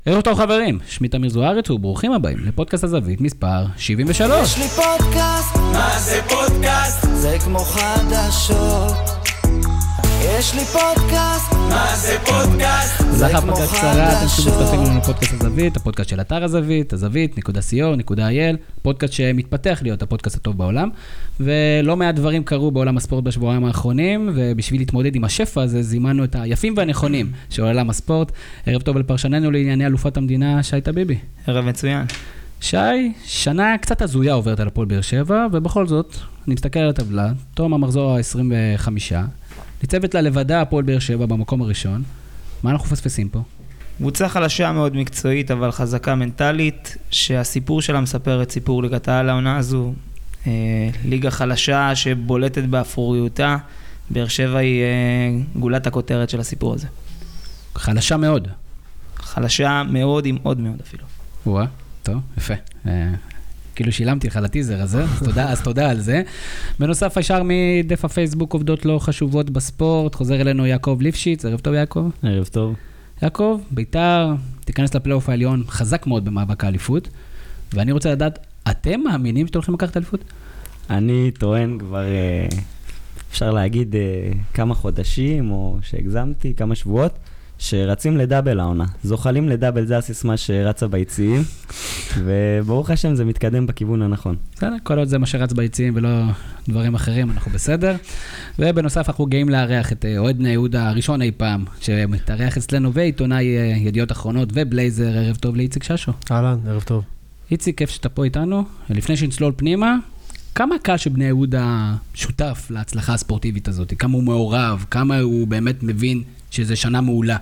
ערב טוב חברים, שמי תמיר זוארץ וברוכים הבאים לפודקאסט הזווית מספר 73. יש לי פודקאסט, מה זה פודקאסט? זה כמו חדשות. יש לי פודקאסט, מה זה פודקאסט? זה הפקה קצרה, אתם שמצטרפים לנו לפודקאסט הזווית, הפודקאסט של אתר הזווית, הזווית.co.il, פודקאסט שמתפתח להיות הפודקאסט הטוב בעולם, ולא מעט דברים קרו בעולם הספורט בשבועיים האחרונים, ובשביל להתמודד עם השפע הזה, זימנו את היפים והנכונים של עולם הספורט. ערב טוב לפרשננו לענייני אלופת המדינה, שי טביבי. ערב מצוין. שי, שנה קצת הזויה עוברת על הפועל באר שבע, ובכל זאת, אני מסתכל על הטבלה, תום המחזור ה-25, ניצבת לה לבדה הפועל באר שבע במקום הראשון. מה אנחנו פספסים פה? קבוצה חלשה מאוד מקצועית, אבל חזקה מנטלית, שהסיפור שלה מספר את סיפור ליגת העל העונה הזו. ליגה חלשה שבולטת באפרוריותה. באר שבע היא גולת הכותרת של הסיפור הזה. חלשה מאוד. חלשה מאוד עם עוד מאוד אפילו. וואה, טוב, יפה. כאילו שילמתי לך לטיזר הזה, אז תודה על זה. בנוסף, ישר מדף הפייסבוק עובדות לא חשובות בספורט, חוזר אלינו יעקב ליפשיץ. ערב טוב יעקב. ערב טוב. יעקב, ביתר, תיכנס לפלייאוף העליון, חזק מאוד במאבק האליפות, ואני רוצה לדעת, אתם מאמינים שאתם הולכים לקחת האליפות? אני טוען כבר, אפשר להגיד כמה חודשים, או שהגזמתי, כמה שבועות, שרצים לדאבל העונה. זוחלים לדאבל, זה הסיסמה שרצה ביציעים, וברוך השם זה מתקדם בכיוון הנכון. בסדר, כל עוד זה מה שרץ ביציעים ולא דברים אחרים, אנחנו בסדר. ובנוסף אנחנו גאים לארח את אוהד בני יהודה הראשון אי פעם, שמתארח אצלנו, ועיתונאי ידיעות אחרונות ובלייזר. ערב טוב לאיציק ששו. אהלן, ערב טוב. איציק, כיף שאתה פה איתנו. לפני שנצלול פנימה, כמה הקהל שבני יהודה שותף להצלחה הספורטיבית הזאת? כמה הוא מעורב? כמה הוא באמת מבין שזה שנה מעולה?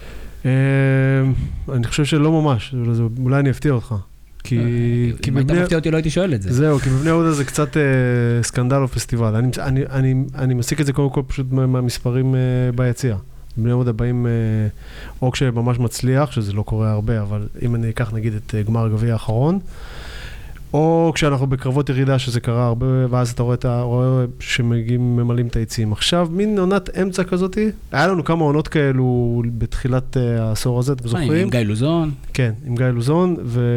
אני חושב שלא ממש, אולי אני אפתיע אותך. אם היית מפתיע אותי לא הייתי שואל את זה. זהו, כי בבני יהודה זה קצת סקנדל או פסטיבל. אני מסיק את זה קודם כל פשוט מהמספרים ביציאה. בני יהודה באים, או כשממש מצליח, שזה לא קורה הרבה, אבל אם אני אקח נגיד את גמר הגביע האחרון, או כשאנחנו בקרבות ירידה שזה קרה הרבה, ואז אתה רואה שמגיעים ממלאים את היציאים. עכשיו, מין עונת אמצע כזאת, היה לנו כמה עונות כאלו בתחילת העשור הזה, אתם זוכרים? עם גיא לוזון. כן, עם גיא לוזון,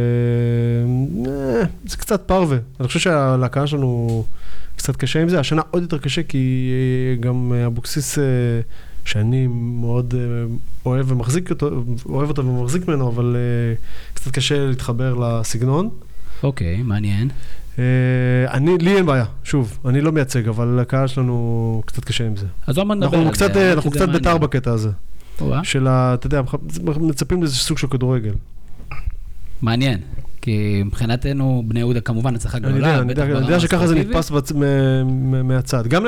וזה קצת פרווה. אני חושב שהלהקה שלנו קצת קשה עם זה. השנה עוד יותר קשה, כי גם אבוקסיס, שאני מאוד אוהב ומחזיק אותו, אוהב אותו ומחזיק ממנו, אבל קצת קשה להתחבר לסגנון. אוקיי, מעניין. לי אין בעיה, שוב, אני לא מייצג, אבל הקהל שלנו קצת קשה עם זה. אז לא נדבר על זה. אנחנו קצת ביתר בקטע הזה. של אתה יודע, מצפים לאיזה סוג של כדורגל. מעניין, כי מבחינתנו בני יהודה כמובן הצלחה גדולה. אני יודע שככה זה נתפס מהצד. גם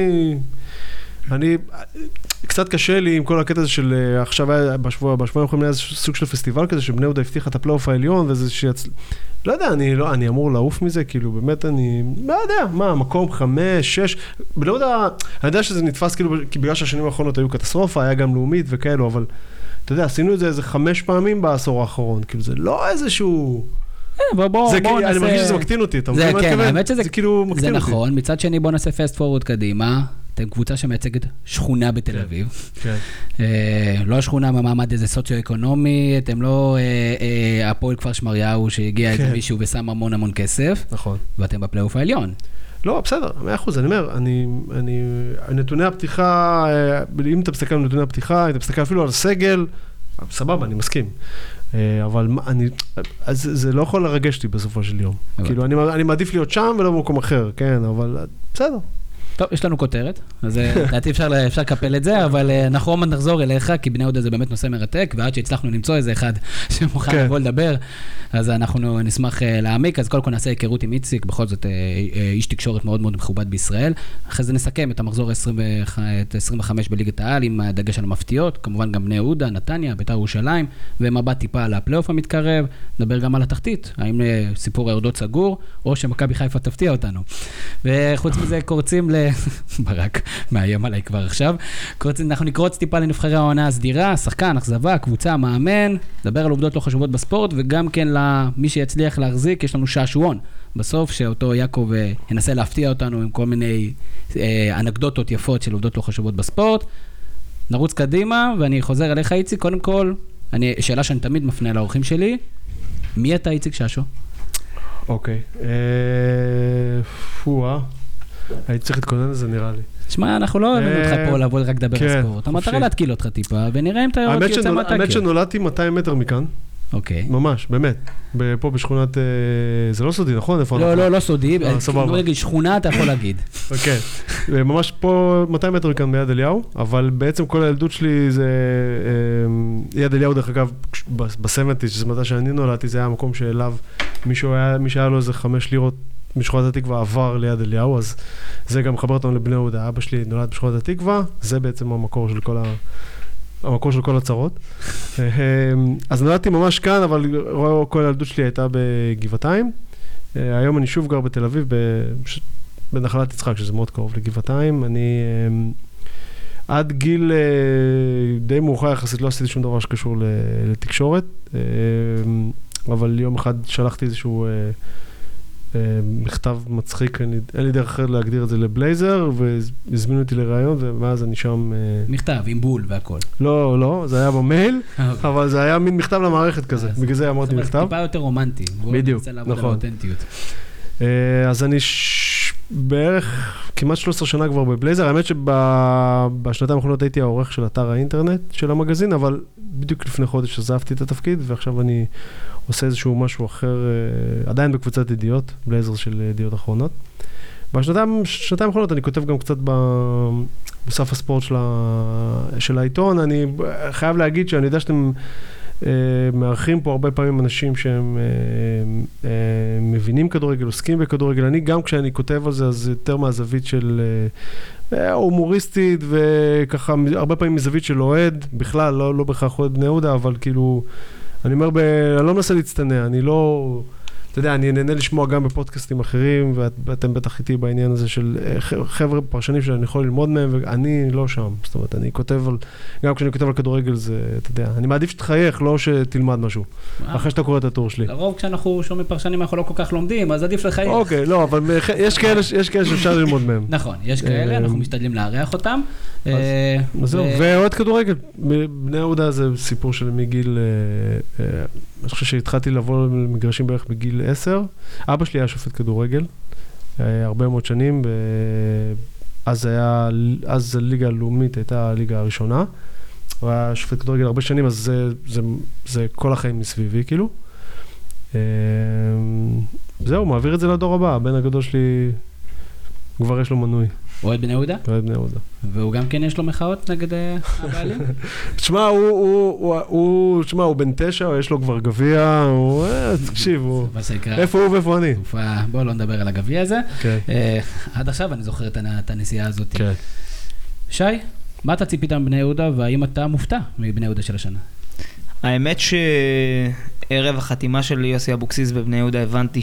אני קצת קשה לי עם כל הקטע הזה של עכשיו היה בשבועיים יכולים היה סוג של פסטיבל כזה שבני יהודה הבטיחה את הפלייאוף העליון וזה לא יודע, אני אמור לעוף מזה, כאילו באמת אני לא יודע, מקום 5, 6, בני יהודה, אני יודע שזה נתפס כאילו, כי בגלל שהשנים האחרונות היו קטסטרופה, היה גם לאומית וכאלו, אבל אתה יודע, עשינו את זה איזה 5 פעמים בעשור האחרון, כאילו זה לא איזשהו אני מרגיש שזה מקטין אותי, אתה מבין מה אני מתכוון? זה כאילו מקטין אותי. זה נכון, מצד שני בוא נעשה פסט פורוורד קדימה, אתם קבוצה שמייצגת שכונה בתל אביב. לא שכונה במעמד איזה סוציו-אקונומי, אתם לא הפועל כפר שמריהו שהגיע איזה מישהו ושם המון כסף. נכון. ואתם בפלייאוף העליון. לא, בסדר, 100%, אני אומר, נתוני הפתיחה, אם אתה מסתכל על נתוני הפתיחה, אם אתה מסתכל אפילו על סגל, סבבה, אני מסכים. אבל זה לא יכול לרגש אותי בסופו של יום. כאילו, אני מעדיף להיות שם ולא במקום אחר, כן, אבל בסדר. טוב, יש לנו כותרת, אז לדעתי אפשר לקפל את זה, אבל אנחנו עוד נחזור אליך, כי בני יהודה זה באמת נושא מרתק, ועד שהצלחנו למצוא איזה אחד שמוכן לבוא לדבר, אז אנחנו נשמח להעמיק, אז קודם כל נעשה היכרות עם איציק, בכל זאת איש תקשורת מאוד מאוד מכובד בישראל, אחרי זה נסכם את המחזור 25 בליגת העל, עם הדגש על המפתיעות, כמובן גם בני יהודה, נתניה, בית"ר ירושלים, ומבט טיפה על הפלייאוף המתקרב, נדבר גם על התחתית, האם סיפור היורדות סגור, או שמכבי חיפה תפתיע אותנו. וחוץ מזה קורצים ברק, מאיים עליי כבר עכשיו. אנחנו נקרוץ טיפה לנבחרי העונה הסדירה, שחקן, אכזבה, קבוצה, מאמן, נדבר על עובדות לא חשובות בספורט, וגם כן למי שיצליח להחזיק, יש לנו שעשועון. בסוף שאותו יעקב ינסה להפתיע אותנו עם כל מיני אנקדוטות יפות של עובדות לא חשובות בספורט. נרוץ קדימה, ואני חוזר אליך איציק, קודם כל, שאלה שאני תמיד מפנה לאורחים שלי, מי אתה איציק ששו? אוקיי. הייתי צריך להתכונן לזה נראה לי. תשמע, אנחנו לא הבאנו אותך פה לבוא רק לדבר על ספורט. המטרה להתקיל אותך טיפה, ונראה אם אתה יוצא מהתקל. האמת שנולדתי 200 מטר מכאן. אוקיי. ממש, באמת. פה בשכונת... זה לא סודי, נכון? לא סודי. נגיד שכונה אתה יכול להגיד. אוקיי. ממש פה 200 מטר מכאן ביד אליהו, אבל בעצם כל הילדות שלי זה... יד אליהו, דרך אגב, בסמנטי, שזה מתי שאני נולדתי, זה היה המקום שאליו מי שהיה לו איזה 5 לירות משכונת התקווה עבר ליד אליהו, אז זה גם מחבר אותנו לבני יהודה. אבא שלי נולד בשכונת התקווה, זה בעצם המקור של כל הצרות. אז נולדתי ממש כאן, אבל כל הילדות שלי הייתה בגבעתיים. היום אני שוב גר בתל אביב, בנחלת יצחק, שזה מאוד קרוב לגבעתיים. אני עד גיל די מאוחר יחסית לא עשיתי שום דבר שקשור לתקשורת, אבל יום אחד שלחתי איזשהו מכתב מצחיק, אין לי דרך אחר להגדיר את זה לבלייזר, והזמינו אותי לראיון, ומאז אני שם... מכתב, עם בול והכל. לא, זה היה במייל, אבל זה היה מין מכתב למערכת כזה, בגלל זה אמרתי מכתב. זה טיפה יותר רומנטי. בדיוק, נכון. אז אני בערך כמעט 13 שנה כבר בבלייזר, האמת שבשנתיים האחרונות הייתי העורך של אתר האינטרנט של המגזין, אבל בדיוק לפני חודש עזבתי את התפקיד, ועכשיו אני עושה איזשהו משהו אחר, עדיין בקבוצת ידיעות, בלייזר של ידיעות אחרונות. בשנתיים האחרונות אני כותב גם קצת בסף הספורט של העיתון. אני חייב להגיד שאני יודע שאתם מארחים פה הרבה פעמים אנשים שהם מבינים כדורגל, עוסקים בכדורגל. אני גם כשאני כותב על זה, אז יותר מהזווית של הומוריסטית, וככה הרבה פעמים מזווית של אוהד, בכלל, לא בכך אוהד בני יהודה, אבל כאילו, אני אומר, אני לא מנסה להצטנע, אני לא... אתה יודע, אני נהנה לשמוע גם בפודקאסטים אחרים, ואתם בטח איתי בעניין הזה של חבר'ה פרשנים שאני יכול ללמוד מהם, ואני לא שם. זאת אומרת, אני כותב על, גם כשאני כותב על כדורגל זה, אתה יודע, אני מעדיף שתחייך, לא שתלמד משהו, אחרי שאתה קורא את הטור שלי. לרוב כשאנחנו שומעים פרשנים, אנחנו לא כל כך לומדים, אז עדיף לחייך. אוקיי, לא, אבל יש כאלה שאפשר ללמוד מהם. נכון, יש כאלה, אנחנו משתדלים לארח אותם. זהו, ועוד כדורגל. בני יהודה זה סיפור של מגיל, אני חושב שהתחלתי לבוא למגרשים בערך בגיל 10. אבא שלי היה שופט כדורגל, הרבה מאוד שנים, אז הליגה הלאומית הייתה הליגה הראשונה. הוא היה שופט כדורגל הרבה שנים, אז זה כל החיים מסביבי, כאילו. זהו, מעביר את זה לדור הבא. הבן הגדול שלי כבר יש לו מנוי. אוהד בני יהודה? אוהד בני יהודה. והוא גם כן יש לו מחאות נגד הבעלים? תשמע, הוא בן 9, יש לו כבר גביע, תקשיב, איפה הוא ואיפה אני? בואו לא נדבר על הגביע הזה. עד עכשיו אני זוכר את הנסיעה הזאת. שי, מה אתה ציפית מבני יהודה, והאם אתה מופתע מבני יהודה של השנה? האמת שערב החתימה של יוסי אבוקסיס בבני יהודה הבנתי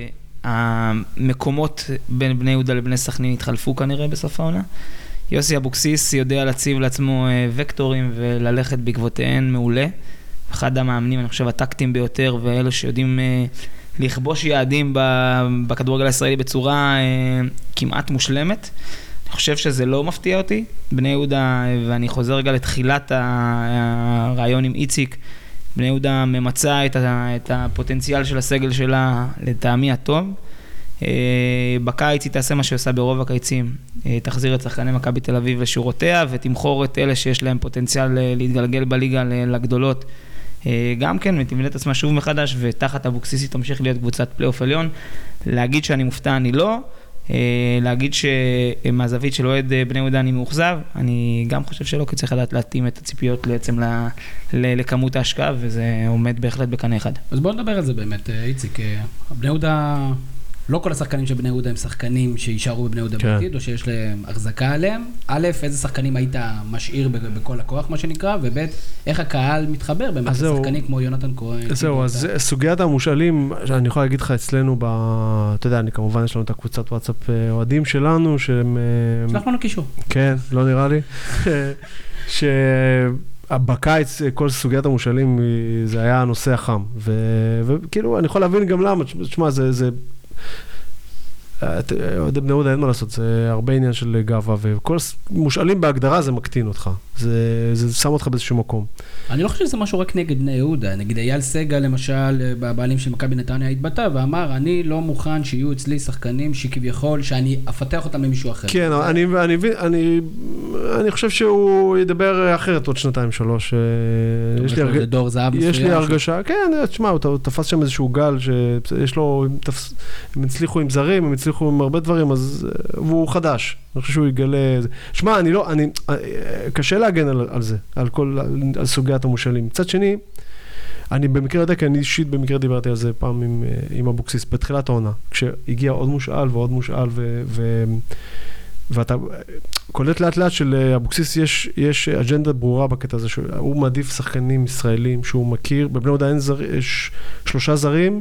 המקומות בין בני יהודה לבני סכנין התחלפו כנראה בסוף העונה. יוסי אבוקסיס יודע להציב לעצמו וקטורים וללכת בעקבותיהן מעולה. אחד המאמנים, אני חושב, הטקטיים ביותר, ואלה שיודעים לכבוש יעדים בכדורגל הישראלי בצורה כמעט מושלמת. אני חושב שזה לא מפתיע אותי. בני יהודה, ואני חוזר רגע לתחילת הרעיון עם איציק, בני יהודה ממצא את הפוטנציאל של הסגל שלה לטעמי הטוב. בקיץ היא תעשה מה שעושה ברוב הקיצים, תחזיר את שחקני מכבי תל אביב לשורותיה, ותמחור את אלה שיש להם פוטנציאל להתגלגל בליגה לגדולות. גם כן, ותבנה את עצמה שוב מחדש, ותחת אבוקסיס היא תמשיך להיות קבוצת פלייאוף עליון. להגיד שאני מופתע, אני לא. להגיד שמהזווית של אוהד בני יהודה אני מאוכזב, אני גם חושב שלא, כי צריך לדעת להתאים את הציפיות בעצם לכמות ההשקעה, וזה עומד בהחלט בקנה אחד. אז בואו נדבר על זה באמת, איציק. בני יהודה, לא כל השחקנים של בני יהודה הם שחקנים שישארו בבני יהודה בעתיד, או שיש להם החזקה עליהם. א', איזה שחקנים היית משאיר בכל הכוח, מה שנקרא, וב', איך הקהל מתחבר באמת לשחקנים כמו יונתן כהן. זהו, אז סוגיית המושאלים, אני יכול להגיד לך אצלנו, אתה יודע, כמובן יש לנו את הקבוצת וואטסאפ אוהדים שלנו, שהם... שלח לנו קישור. כן, לא נראה לי. בקיץ, כל סוגיית המושאלים, זה היה הנושא החם. וכאילו, אני יכול להבין גם למה, תשמע, זה אוהדי בני יהודה אין מה לעשות, זה הרבה עניין של גאווה, וכל מושאלים בהגדרה זה מקטין אותך, זה שם אותך באיזשהו מקום. אני לא חושב שזה משהו רק נגד בני יהודה, נגיד אייל סגל למשל, בבעלים של מכבי נתניה התבטא, ואמר, אני לא מוכן שיהיו אצלי שחקנים שכביכול, שאני אפתח אותם למישהו אחר. כן, אני חושב שהוא ידבר אחרת עוד 2-3. יש לי הרגשה, כן, תשמע, הוא תפס שם איזשהו גל, שיש לו, הם הצליחו עם זרים, הם הצליחו עם הרבה דברים, אז הוא חדש. אני חושב שהוא יגלה... שמע, קשה להגן על זה, על סוגיית המושאלים. מצד שני, אני במקרה יודע, כי אני אישית במקרה דיברתי על זה פעם עם אבוקסיס, בתחילת העונה, כשהגיע עוד מושאל ועוד מושאל, ואתה קולט לאט לאט של אבוקסיס יש אג'נדה ברורה בקטע הזה, שהוא מעדיף שחקנים ישראלים שהוא מכיר, בבני יהודה אין 3 זרים,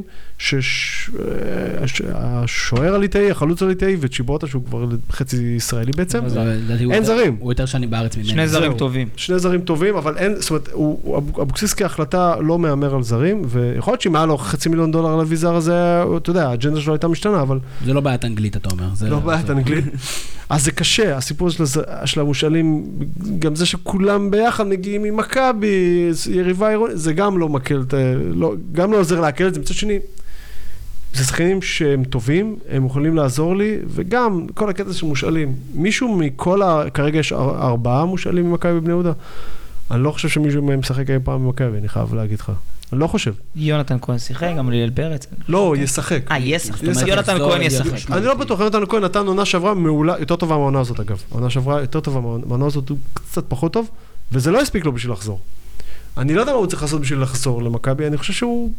השוער הליטאי, החלוץ הליטאי, וצ'יבוטה שהוא כבר חצי ישראלי בעצם, אין זרים. הוא יותר שנים בארץ ממנו. 2 זרים טובים. 2 זרים טובים, אבל אין, זאת אומרת, אבוקסיס כהחלטה לא מאמר על זרים, ויכול להיות שאם היה לו $500,000 על הוויזר הזה, אתה יודע, האג'נדה שלו הייתה משתנה, אבל... זה לא בעיית אנגלית, אתה אומר. לא בעיית אנגלית. אז זה קשה, הסיפור של המושאלים, גם זה שכולם ביחד מגיעים עם מכבי, יריבה עירונית, זה גם לא מקל, גם לא עוזר להקל את זה. מצד שני, זה שחקנים שהם טובים, הם יכולים לעזור לי, וגם כל הקטע של מושאלים. מישהו כרגע יש 4 מושאלים ממכבי בבני יהודה. אני לא חושב שמישהו מהם משחק אי פעם ממכבי, אני חייב להגיד לך. אני לא חושב. יונתן כהן שיחק, גם ליאל פרץ. לא, ישחק. ישחק. יונתן כהן ישחק. אני לא בטוח, יונתן כהן נתן עונה שעברה מעולה, יותר טובה מהעונה הזאת אגב. העונה שעברה יותר טובה מהעונה הזאת, הוא קצת פחות טוב, וזה לא הספיק לו בשביל לחזור. אני לא יודע מה הוא צריך לעשות בשביל לחזור למכבי, אני חושב שהוא...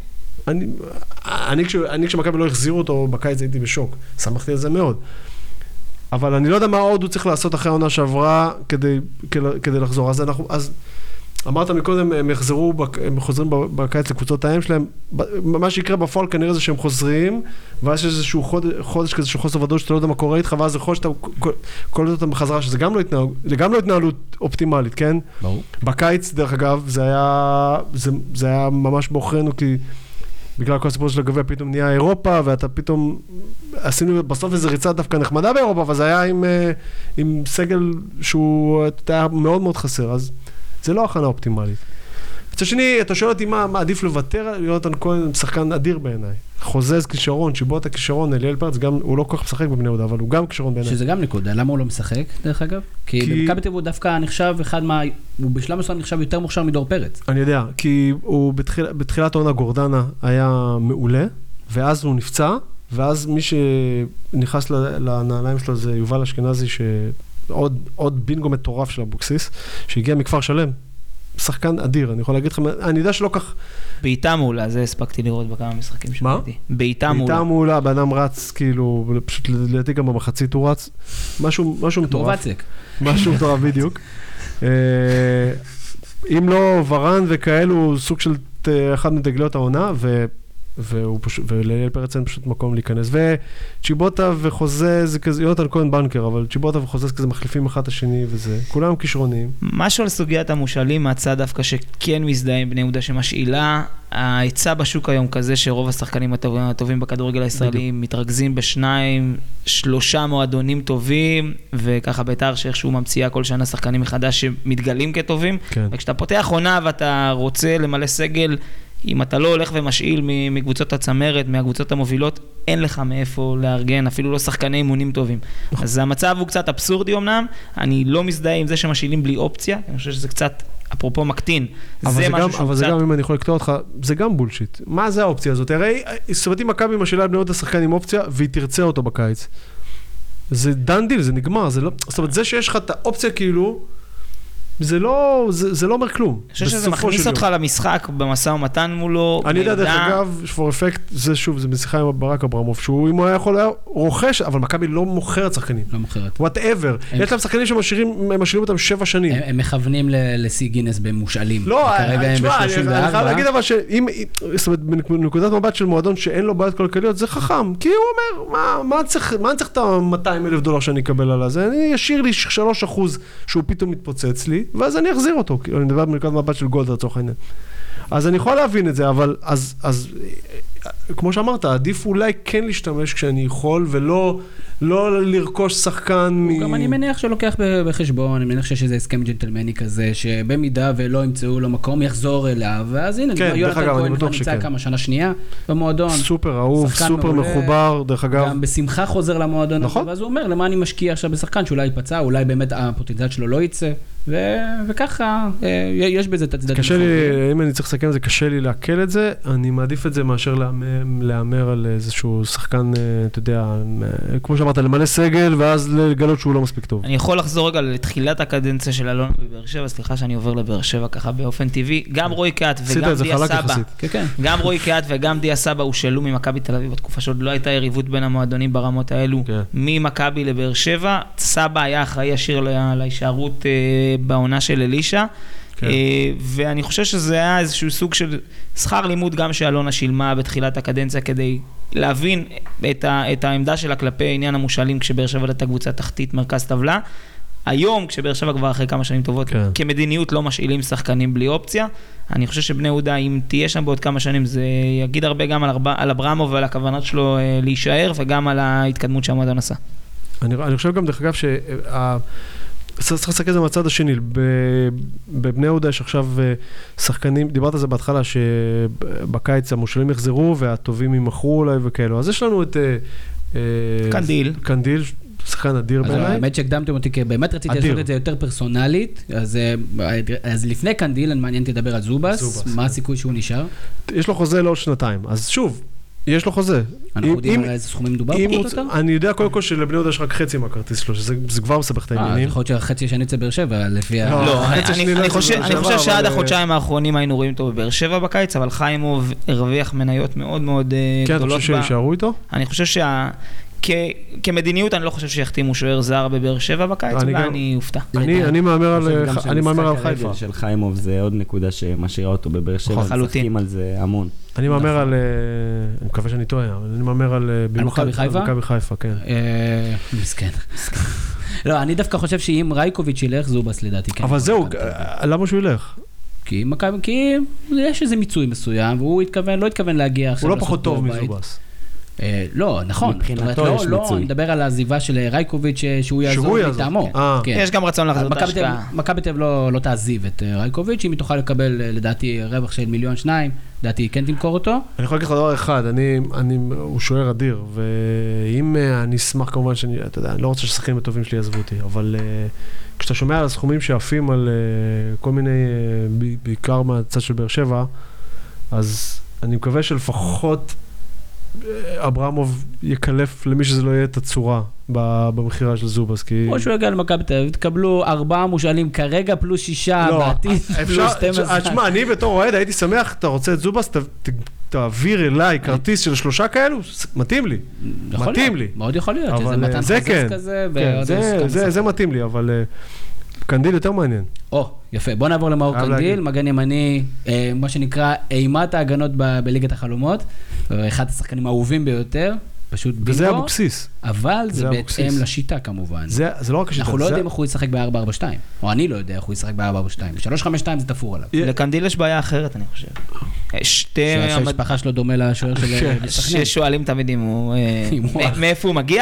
אני כשמכבי לא החזירו אותו, בקיץ הייתי בשוק. שמחתי על זה מאוד. אבל אני לא יודע מה עוד הוא צריך לעשות אחרי העונה שעברה כדי לחזור. אז אמרת מקודם, הם חוזרים בקיץ לקבוצות האם שלהם, מה שיקרה בפועל כנראה זה שהם חוזרים, ואז יש איזשהו חודש כזה של חוסר ודאות שאתה לא יודע מה קורה איתך, ואז זה חודש שאתה קולט אותם בחזרה, שזה גם לא התנהלות אופטימלית, כן? ברור. בקיץ, דרך אגב, זה היה ממש באוכרנו, כי בגלל כל הסיפור של הגביע פתאום נהיה אירופה, ואתה פתאום, עשינו בסוף איזו ריצה דווקא נחמדה באירופה, אבל זה היה עם סגל שהוא היה מאוד מאוד חסר, אז זה לא הכנה אופטימלית. מצד שני, אתה שואל אותי מה עדיף לוותר, יונתן כהן שחקן אדיר בעיניי. חוזז כישרון, צ'יבוטה כישרון, אליאל פרץ, הוא לא כל כך משחק בבני יהודה, אבל הוא גם כישרון בעיניי. שזה גם נקודה, למה הוא לא משחק, דרך אגב? כי במכבי תל אביב הוא דווקא נחשב הוא בשלב מסוים נחשב יותר מוכשר מדור פרץ. אני יודע, כי הוא בתחילת העונה גורדנה היה מעולה, ואז הוא נפצע, ואז מי שנכנס לנעליים שלו זה יובל אשכנזי, עוד בינגו מטורף של אבוקסיס, שהגיע מכפר שלם. שחקן אדיר, אני יכול להגיד לכם, אני יודע שלא כך... בעיטה מעולה, זה הספקתי לראות בכמה משחקים שראיתי. בעיטה מעולה. בעיטה מעולה, באדם רץ, כאילו, פשוט לדעתי גם במחצית הוא רץ, משהו מטורף. כמו וצק. משהו מטורף בדיוק. אם לא ורן וכאלו, סוג של אחד מדגליות העונה, ולאליאל פרץ אין פשוט מקום להיכנס. וצ'יבוטה וחוזה זה כזה, יונתן כהן בנקר, אבל צ'יבוטה וחוזה זה כזה מחליפים אחד השני וזה. כולם כישרונים. משהו על סוגיית המושאלים, מהצד דווקא שכן מזדהה עם בני יהודה שמשאילה, ההיצע בשוק היום כזה שרוב השחקנים הטובים בכדורגל הישראלי מתרכזים ב2-3 מועדונים טובים, וככה בית"ר שאיכשהו ממציאה כל שנה שחקנים מחדש שמתגלים כטובים. כן. וכשאתה פותח עונה ואתה רוצה למלא סגל, אם אתה לא הולך ומשאיל מקבוצות הצמרת, מהקבוצות המובילות, אין לך מאיפה לארגן, אפילו לא שחקני אימונים טובים. אז המצב הוא קצת אבסורדי אמנם, אני לא מזדהה עם זה שמשאילים בלי אופציה, אני חושב שזה קצת, אפרופו מקטין, אבל זה גם, אם אני יכול לקטוע אותך, זה גם בולשיט. מה זה האופציה הזאת? הרי, סבתי מכבי משאילה בני יהודה השחקן עם אופציה, והיא תרצה אותו בקיץ. זה דן דיל, זה נגמר, זאת אומרת, זה שיש לך את האופציה כאילו, זה לא אומר כלום. אני חושב שזה מכניס אותך למשחק במסע ומתן מולו. אני יודע, דרך אגב, for effect, זה שוב, זה בשיחה עם ברק אברמוב, שהוא אם הוא היה יכול, היה רוכש, אבל מכבי לא מוכרת שחקנים. לא מוכרת. whatever. יש להם שחקנים שמשאירים אותם 7 שנים. הם מכוונים לשיא גינס במושאלים. לא, אני חייב להגיד אבל שאם, זאת אומרת, בנקודת מבט של מועדון שאין לו בעיות כלכליות, זה חכם. כי הוא אומר, מה אני צריך את $200,000 שאני אקבל על זה? אני אשאיר לי 3% שהוא פתאום מתפוצץ לי, ואז אני אחזיר אותו, אני מדבר בנקודת מבט של גולד לצורך העניין. אז אני יכול להבין את זה, אבל אז כמו שאמרת, עדיף אולי כן להשתמש כשאני יכול, ולא לרכוש שחקן גם אני מניח שלוקח בחשבון, אני מניח שיש איזה הסכם ג'נטלמני כזה, שבמידה ולא ימצאו לו מקום, יחזור אליו, ואז הנה, יונתן כהן כבר נמצא כמה שנה שנייה במועדון. סופר אהוב, סופר מחובר, דרך אגב. גם בשמחה חוזר למועדון, ואז הוא אומר, למה אני משקיע עכשיו בשחקן, שאולי ייפצע, אולי באמת הפוטנציאל שלו לא יצא, וככה, יש בזה את הצדדים. קשה לי, אם אני צריך לסכם, זה קשה לי להקל את זה, אני מעדיף את זה מאשר להאמר על איזשהו שחקן, אתה יודע, כמו שאמרת, למלא סגל, ואז לגלות שהוא לא מספיק טוב. אני יכול לחזור רגע לתחילת הקדנציה של אלון בבאר שבע, סליחה שאני עובר לבאר שבע ככה באופן טבעי, גם רועי קהת וגם דיה סבא, גם רועי קהת וגם דיה סבא הושאלו ממכבי תל אביב, בתקופה שעוד לא הייתה יריבות בין המועדונים ברמות האלו, ממכבי לבאר שבע, סבא היה אחראי ישיר להישארות בעונה של אלישה, ואני חושב שזה היה איזשהו סוג של שכר לימוד גם שאלונה שילמה בתחילת הקדנציה כדי להבין את העמדה שלה כלפי עניין המושאלים כשבאר שבע הייתה קבוצה תחתית מרכז טבלה. היום כשבאר שבע כבר אחרי כמה שנים טובות כמדיניות לא משאילים שחקנים בלי אופציה. אני חושב שבני יהודה אם תהיה שם בעוד כמה שנים זה יגיד הרבה גם על אברמוב ועל הכוונות שלו להישאר וגם על ההתקדמות שהמועדון עשה. אני חושב גם דרך אגב צריך לסתכל את זה מהצד השני, בבני יהודה יש עכשיו שחקנים, דיברת על זה בהתחלה, שבקיץ המושאלים יחזרו והטובים ימכרו אולי וכאלו, אז יש לנו את קנדיל, שחקן אדיר בעיניי. האמת שהקדמתם אותי, כי באמת רציתי לעשות את זה יותר פרסונלית, אז לפני קנדיל, אני מעניין לדבר על זובס, מה הסיכוי שהוא נשאר? יש לו חוזה לעוד שנתיים, אז שוב, יש לו חוזה. אנחנו יודעים על איזה סכומים מדובר פחות או יותר? אני יודע קודם כל שלבני יהודה יש רק חצי מהכרטיס שלו, שזה כבר מסבך את העניינים. יכול להיות שהחצי שאני אצא באר שבע, לפי לא, אני חושב שעד החודשיים האחרונים היינו רואים אותו בבאר שבע בקיץ, אבל חיימוב הרוויח מניות מאוד מאוד גדולות. כן, אתה חושב שישארו איתו? אני חושב כמדיניות אני לא חושב שיחתימו שוער זר בבאר שבע בקיץ, ואני אופתע. אני מאמר על חיפה. של חיימוב זה עוד נקודה שמשאירה אותו בבאר שבע, משחקים על זה המון. אני מאמר על, אני מקווה שאני טועה, אבל אני מאמר על מכבי חיפה? מכבי חיפה, כן. מסכן. לא, אני דווקא חושב שאם רייקוביץ' ילך, זובס לדעתי. אבל זהו, למה שהוא ילך? כי יש איזה מיצוי מסוים, והוא לא התכוון להגיע עכשיו. הוא לא פחות טוב מזובס. לא, נכון. מבחינתו יש מיצוי. אני מדבר על העזיבה של רייקוביץ' שהוא יעזור מטעמו. יש גם רצון לחזור את ההשקעה. מכבי תל אביב לא תעזיב את רייקוביץ', אם היא תוכל לקבל לדעתי רווח של 1-2 מיליון, לדעתי היא כן תמכור אותו. אני יכול להגיד לך דבר אחד, הוא שוער אדיר, ואם אני אשמח כמובן אתה יודע, אני לא רוצה ששחקנים הטובים שלי יעזבו אותי, אבל כשאתה שומע על הסכומים שעפים על כל מיני, בעיקר מהצד של באר שבע, אז אני מקווה שלפחות אברמוב יקלף למי שזה לא יהיה את הצורה במחירה של זובס, כי... כמו שהוא יגע למכבי תל אביב, תקבלו 4 מושאלים כרגע, פלוס 6 בעתיד, פלוס 12. תשמע, אני בתור אוהד הייתי שמח, אתה רוצה את זובס, תעביר אליי כרטיס של 3 כאלו, מתאים לי. מתאים לי. מאוד יכול להיות, איזה מתן חזק כזה. זה מתאים לי, אבל קנדיל יותר מעניין. יפה, בוא נעבור למאור קנדיל, מגן ימני, מה שנקרא אימת ההגנות בליגת החלומות, אחד השחקנים האהובים ביותר, פשוט בינגו. וזה אבוקסיס. אבל זה בהתאם לשיטה כמובן. זה לא רק השיטה. אנחנו לא יודעים איך הוא ישחק ב-4-4-2, או אני לא יודע איך הוא ישחק ב-4-4-2. 3-5-2 זה תפור עליו. לקנדיל יש בעיה אחרת, אני חושב. שהמשפחה שלו דומה לשוער של סכנין. ששואלים תמיד מאיפה הוא מגיע,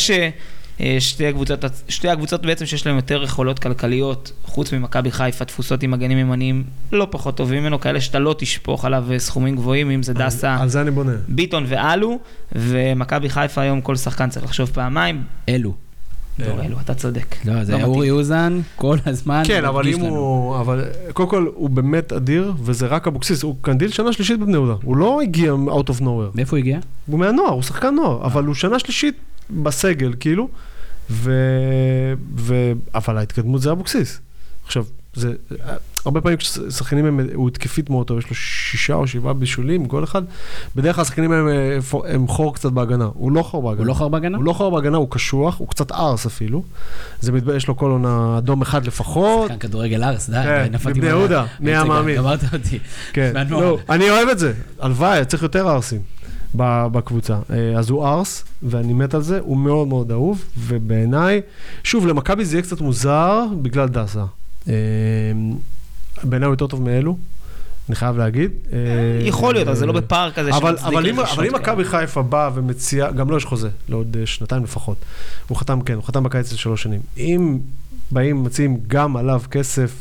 שתי הקבוצות בעצם שיש להם יותר יכולות כלכליות, חוץ ממכבי חיפה, תפוסות עם מגנים ימניים לא פחות טובים ממנו, כאלה שאתה לא תשפוך עליו סכומים גבוהים, אם זה דסה, על זה אני בונה. ביטון ואלו, ומכבי חיפה היום כל שחקן צריך לחשוב פעמיים. אלו, אתה צודק. לא, זה אורי אוזן כל הזמן. כן, אבל אם הוא, קודם כל הוא באמת אדיר, וזה רק אבוקסיס, הוא קנדיל שנה שלישית בבני יהודה, הוא לא הגיע out of nowhere. מאיפה הוא הגיע? הוא מהנוער, הוא שחקן נוער, אבל הוא שנה שלישית בסגל, כאילו, אבל ההתקדמות זה אבוקסיס. עכשיו, זה, הרבה פעמים כששחקנים הוא התקפית מאוד טוב, יש לו 6 או 7 בישולים, גול אחד, בדרך כלל השחקנים הם חור קצת בהגנה, הוא לא חור בהגנה. הוא לא חור בהגנה? הוא לא חור בהגנה, הוא קשוח, הוא קצת ארס אפילו, יש לו כל עונה אדום אחד לפחות. שחקן כדורגל ארס, די, בבני יהודה, מי המאמין. גמרת אותי. אני אוהב את זה, הלוואי, צריך יותר ארסים. בקבוצה. אז הוא ארס, ואני מת על זה, הוא מאוד מאוד אהוב, ובעיניי, שוב, למכבי זה יהיה קצת מוזר, בגלל דסה. בעיניי הוא יותר טוב מאלו, אני חייב להגיד. יכול להיות, אבל זה לא בפער כזה אבל אם מכבי חיפה בא ומציע, גם לא יש חוזה, לעוד 2 לפחות. הוא חתם בקיץ ל3 שנים. אם באים, מציעים גם עליו כסף,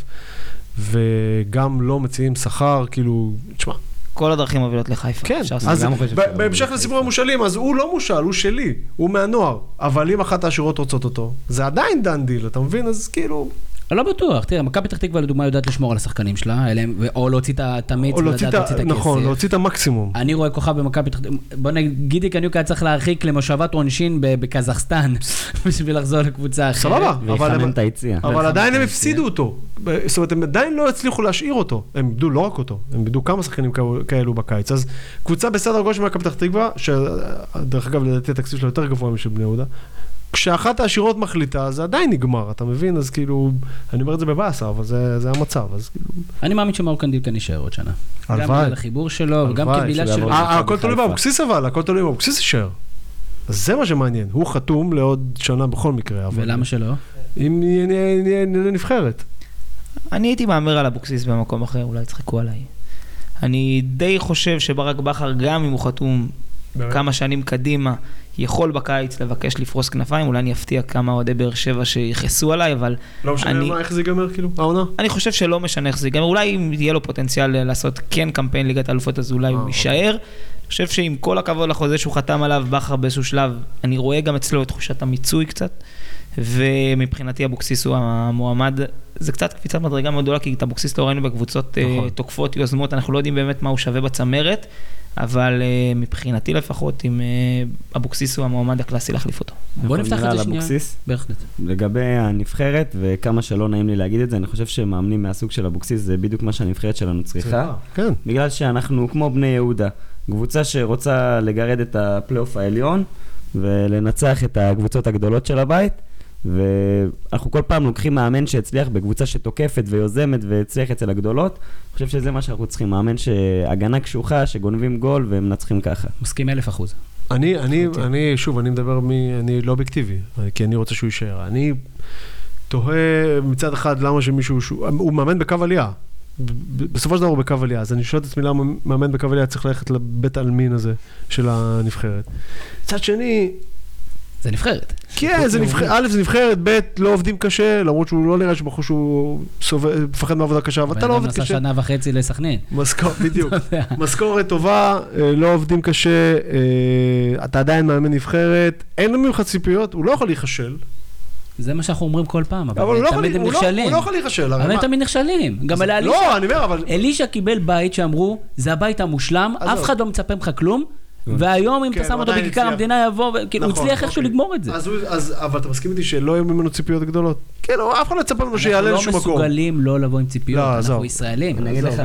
וגם לא מציעים שכר, כאילו, תשמע. כל הדרכים מובילות לחיפה. כן, אז בהמשך לסיפור המושאלים, אז הוא לא מושל, הוא שלי, הוא מהנוער. אבל אם אחת העשירות רוצות אותו, זה עדיין דן דיל, אתה מבין? אז כאילו... לא בטוח, תראה, מכבי פתח תקווה לדוגמה יודעת לשמור על השחקנים שלה, או להוציא את המיץ ולדעת להוציא את הכסף. נכון, להוציא את המקסימום. אני רואה כוכב במכבי פתח תקווה, בוא נגיד, גידי קניוק היה צריך להרחיק למושבת עונשין בקזחסטן, בשביל לחזור לקבוצה אחרת. סבבה, ויחמם את היציאה. אבל עדיין הם הפסידו אותו. זאת אומרת, הם עדיין לא הצליחו להשאיר אותו. הם איבדו לא רק אותו, הם איבדו כמה שחקנים כאלו בקיץ. אז קבוצה בסדר גודל של מכבי פתח תקווה, שדרך אגב לדעתי התקציב שלה יותר גבוה משל בני יהודה, כשאחת העשירות מחליטה, זה עדיין נגמר, אתה מבין? אז כאילו, אני אומר את זה בבאסה, אבל זה המצב, אז כאילו... אני מאמין שמאור קנדיל יישאר עוד שנה. גם בגלל החיבור שלו, וגם בגלל שלו. הכל תלוי באבוקסיס אבל, הכל תלוי באבוקסיס יישאר. אז זה מה שמעניין, הוא חתום לעוד שנה בכל מקרה. ולמה שלא? אם נהיה נבחרת. אני הייתי מאמר על אבוקסיס במקום אחר, אולי יצחקו עליי. אני די חושב שברק בכר, גם אם הוא חתום כמה שנים קדימה, יכול בקיץ לבקש לפרוס כנפיים, אולי אני אפתיע כמה אוהדי באר שבע שיחסו עליי, אבל... לא משנה איך זה ייגמר, כאילו, העונה? אני חושב שלא משנה איך זה ייגמר, אולי אם יהיה לו פוטנציאל לעשות כן קמפיין ליגת האלופות, אז אולי הוא יישאר. אני חושב שעם כל הכבוד לחוזה שהוא חתם עליו, בכר באיזשהו שלב, אני רואה גם אצלו את תחושת המיצוי קצת, ומבחינתי אבוקסיס הוא המועמד, זה קצת קפיצת מדרגה מאוד גדולה, כי את אבוקסיס לא ראינו בקבוצות תוקפות, יוזמות, אנחנו לא יודעים באמת מה הוא שווה בצמרת, אבל מבחינתי לפחות, עם אבוקסיס הוא המועמד הקלאסי להחליף אותו. בוא נפתח את זה שנייה. בהחלט. לגבי הנבחרת, וכמה שלא נעים לי להגיד את זה, אני חושב שמאמנים מהסוג של אבוקסיס, זה בדיוק מה שהנבחרת שלנו צריכה. כן. בגלל שאנחנו כמו בני יהודה, קבוצה שרוצה לגרד את הפלייאוף העליון, ולנצח את הקבוצות הגדולות של הבית, ואנחנו כל פעם לוקחים מאמן שהצליח בקבוצה שתוקפת ויוזמת והצליח אצל הגדולות. אני חושב שזה מה שאנחנו צריכים, מאמן שהגנה קשוחה, שגונבים גול ומנצחים ככה. מסכים 1,000%. שוב, אני מדבר אני לא אובייקטיבי, כי אני רוצה שהוא יישאר. אני תוהה מצד אחד למה שמישהו, הוא מאמן בקו עלייה. בסופו של דבר הוא בקו עלייה, אז אני שואל את עצמי למה מאמן בקו עלייה צריך ללכת לבית העלמין הזה של הנבחרת. מצד שני... זה נבחרת. כן, א' זה נבחרת, ב' לא עובדים קשה, למרות שהוא לא נראה שבחור שהוא מפחד מעבודה קשה, אבל אתה לא עובד קשה. נסע 1.5 שנה לסכנין. בדיוק. משכורת טובה, לא עובדים קשה, אתה עדיין מאמן נבחרת, אין לנו ממך ציפיות, הוא לא יכול להיחשל. זה מה שאנחנו אומרים כל פעם, אבל תמיד הם נכשלים. הוא לא יכול להיחשל. אבל הם תמיד נכשלים. גם אלישה קיבל בית שאמרו, זה הבית המושלם, אף אחד לא מצפה ממך כלום, והיום אם אתה שם אותו בכיכר המדינה יבוא, הוא הצליח איכשהו לגמור את זה. אבל אתה מסכים איתי שלא היו ממנו ציפיות גדולות? כן, אף אחד לא יצפה ממנו שיעלה לשום מקום. אנחנו לא מסוגלים לא לבוא עם ציפיות, אנחנו ישראלים. אני אגיד לך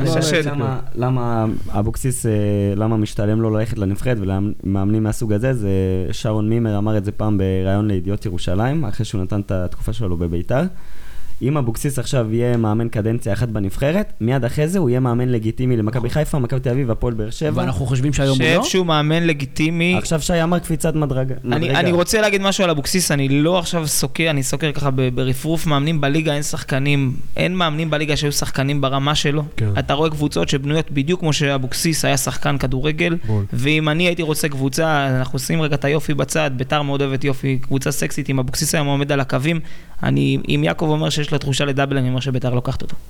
למה אבוקסיס, למה משתלם לו ללכת לנבחרת ולמאמנים מהסוג הזה, זה שרון מימר אמר את זה פעם בראיון לידיעות ירושלים, אחרי שהוא נתן את התקופה שלו בביתר. אם אבוקסיס עכשיו יהיה מאמן קדנציה אחת בנבחרת, מיד אחרי זה הוא יהיה מאמן לגיטימי למכבי חיפה, מכבי תל אביב, הפועל באר שבע. ואנחנו חושבים שהיום הוא לא? שהוא מאמן לגיטימי. עכשיו שי אמר קפיצת מדרגה. אני רוצה להגיד משהו על אבוקסיס, אני לא עכשיו סוקר, אני סוקר ככה ברפרוף, מאמנים בליגה, אין שחקנים, אין מאמנים בליגה שהיו שחקנים ברמה שלו. אתה רואה קבוצות שבנויות בדיוק כמו שאבוקסיס היה שחקן כדורגל, ואם אני הייתי רוצה קבוצה, אנחנו עושים רגע את היופי בצד, ביתר מאוד אוהבת יופי, קבוצה סקסית, עם אבוקסיס היה עומד על הקווים. אם יעקב אומר שיש לו תחושה לדאבל, אני אומר שביתר לוקחת אותו.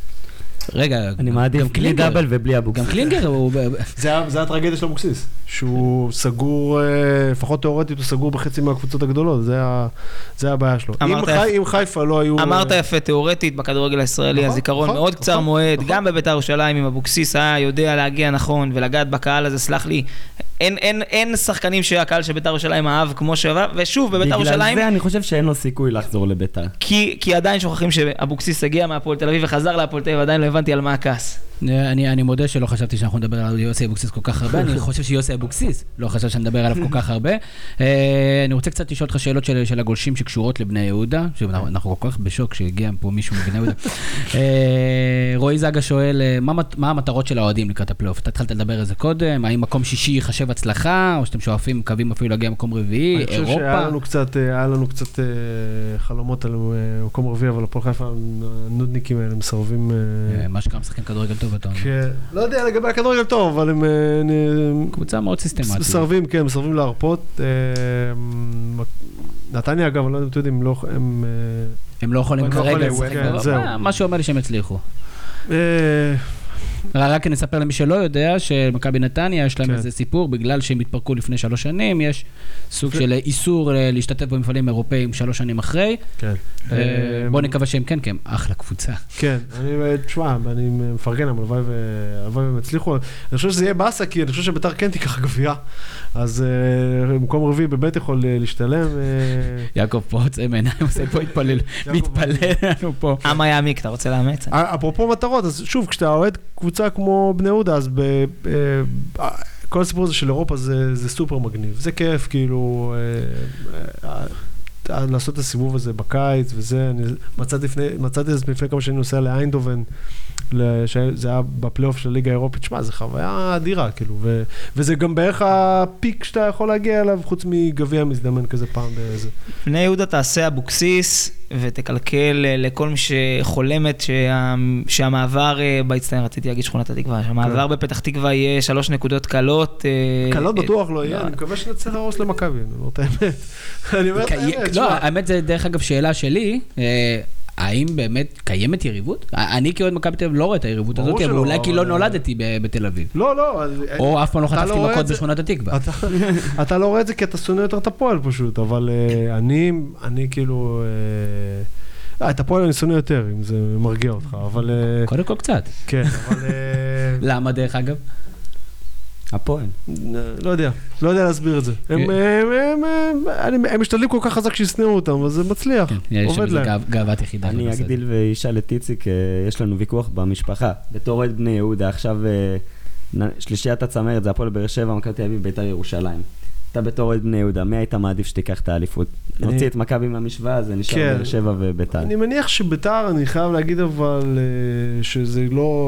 רגע, אני מעדיף בלי דאבל ובלי אבוקסיס. גם קלינגר הוא... זה הטרגדיה של אבוקסיס, שהוא סגור, לפחות תיאורטית, הוא סגור בחצי מהקבוצות הגדולות, זה הבעיה שלו. אם חיפה לא היו... אמרת יפה, תיאורטית, בכדורגל הישראלי, הזיכרון מאוד קצר מועד, גם בביתר ירושלים, אם אבוקסיס היה יודע להגיע נכון ולגעת בקהל הזה, סלח לי, אין שחקנים שהקהל של ביתר ירושלים אהב כמו שבא, ושוב, בביתר ירושלים... בגלל זה אני חושב שאין לו סיכוי לחזור לביתר. כי עדיין שוכחים שאבוקסיס הגיע מהפועל תל אביב וחזר להפועל תל אביב, עדיין לא הבנתי על מה הכעס. אני מודה שלא חשבתי שאנחנו נדבר על יוסי אבוקסיס כל כך הרבה, אני חושב שיוסי אבוקסיס לא חשב שנדבר עליו כל כך הרבה. אני רוצה קצת לשאול אותך שאלות של הגולשים שקשורות לבני יהודה, אנחנו כל כך בשוק שהגיע פה מישהו מבני יהודה. רועי זגה שואל, מה המטרות של האוהדים לקראת הפלייאוף? אתה התחלת לדבר על זה קודם, האם מקום שישי יחשב הצלחה, או שאתם שואפים, מקווים אפילו להגיע מקום רביעי, אירופה? אני חושב שהיה לנו קצת חלומות על מקום רביעי, אבל הפועל חיפה הנודניקים האלה מסרבים... מה שקרה משחקים כדורגל טוב. טוב אתה אומר. כן, לא יודע, לגבי הכדורגל טוב, אבל הם... קבוצה מאוד סיסטמטית. מסרבים, כן, מסרבים להרפות. נתניה, אגב, אני לא יודע אם אתם יודעים, הם לא יכולים כרגע לשחק. מה שאומר לי שהם הצליחו. רק נספר למי שלא יודע, שמכבי נתניה יש להם איזה סיפור, בגלל שהם התפרקו לפני 3 שנים, יש סוג של איסור להשתתף במפעלים אירופאים 3 שנים אחרי. כן. בואו נקווה שהם כן, כי הם אחלה קבוצה. כן, תשמע, אני מפרגן, אבל הלוואי והם הצליחו. אני חושב שזה יהיה באסה, כי אני חושב שביתר כן תיקח גביע, אז במקום רביעי בבית יכול להשתלם. יעקב פה עוצם עיניים, עושה פה מתפלל לנו פה. עם יעמיק, אתה רוצה לאמץ? אפרופו מטרות, אז שוב, כשאתה אוהד קבוצה כמו בני יהודה, אז כל הסיפור הזה של אירופה זה סופר מגניב. זה כיף, כאילו, לעשות את הסיבוב הזה בקיץ, וזה, אני מצאתי את זה לפני כמה שנים נוסע לאיינדובן, זה היה בפלייאוף של הליגה האירופית, שמה, זה חוויה אדירה, כאילו, וזה גם בערך הפיק שאתה יכול להגיע אליו, חוץ מגביע מזדמן כזה פעם באיזה. בני יהודה תעשה אבוקסיס, ותקלקל לכל מי שחולמת שהמעבר באצטדיון, רציתי להגיד שכונת התקווה, שהמעבר בפתח תקווה יהיה 3 נקודות קלות. קלות בטוח לא יהיה, אני מקווה שנצא לרוס למכבי, אני אומר את האמת. אני אומר את האמת. לא, האמת זה דרך אגב שאלה שלי, האם באמת קיימת יריבות? אני כאוהד מכבי תל אביב לא רואה את היריבות הזאת, אבל אולי כי לא נולדתי בתל אביב. לא. או אף פעם לא חטפתי מכות בשכונת התקווה. אתה לא רואה את זה כי אתה שונא יותר את הפועל פשוט, אבל אני כאילו... את הפועל אני שונא יותר, אם זה מרגיע אותך, אבל... קודם כל קצת. כן, אבל... למה דרך אגב? הפועל. לא יודע להסביר את זה. הם משתדלים כל כך חזק שיסנאו אותם, אז זה מצליח, עובד להם. יש שם גאוות יחידה. אני אגדיל ואשאל את איציק, יש לנו ויכוח במשפחה, בתור אוהד בני יהודה, עכשיו שלישיית הצמרת, זה הפועל באר שבע, מכבי תל אביב, בית"ר ירושלים. אתה בתור אוהד בני יהודה, מי היית מעדיף שתיקח את האליפות? נוציא את מכבי מהמשוואה, זה נשאר באר שבע ובית"ר. אני מניח שבית"ר, אני חייב להגיד אבל שזה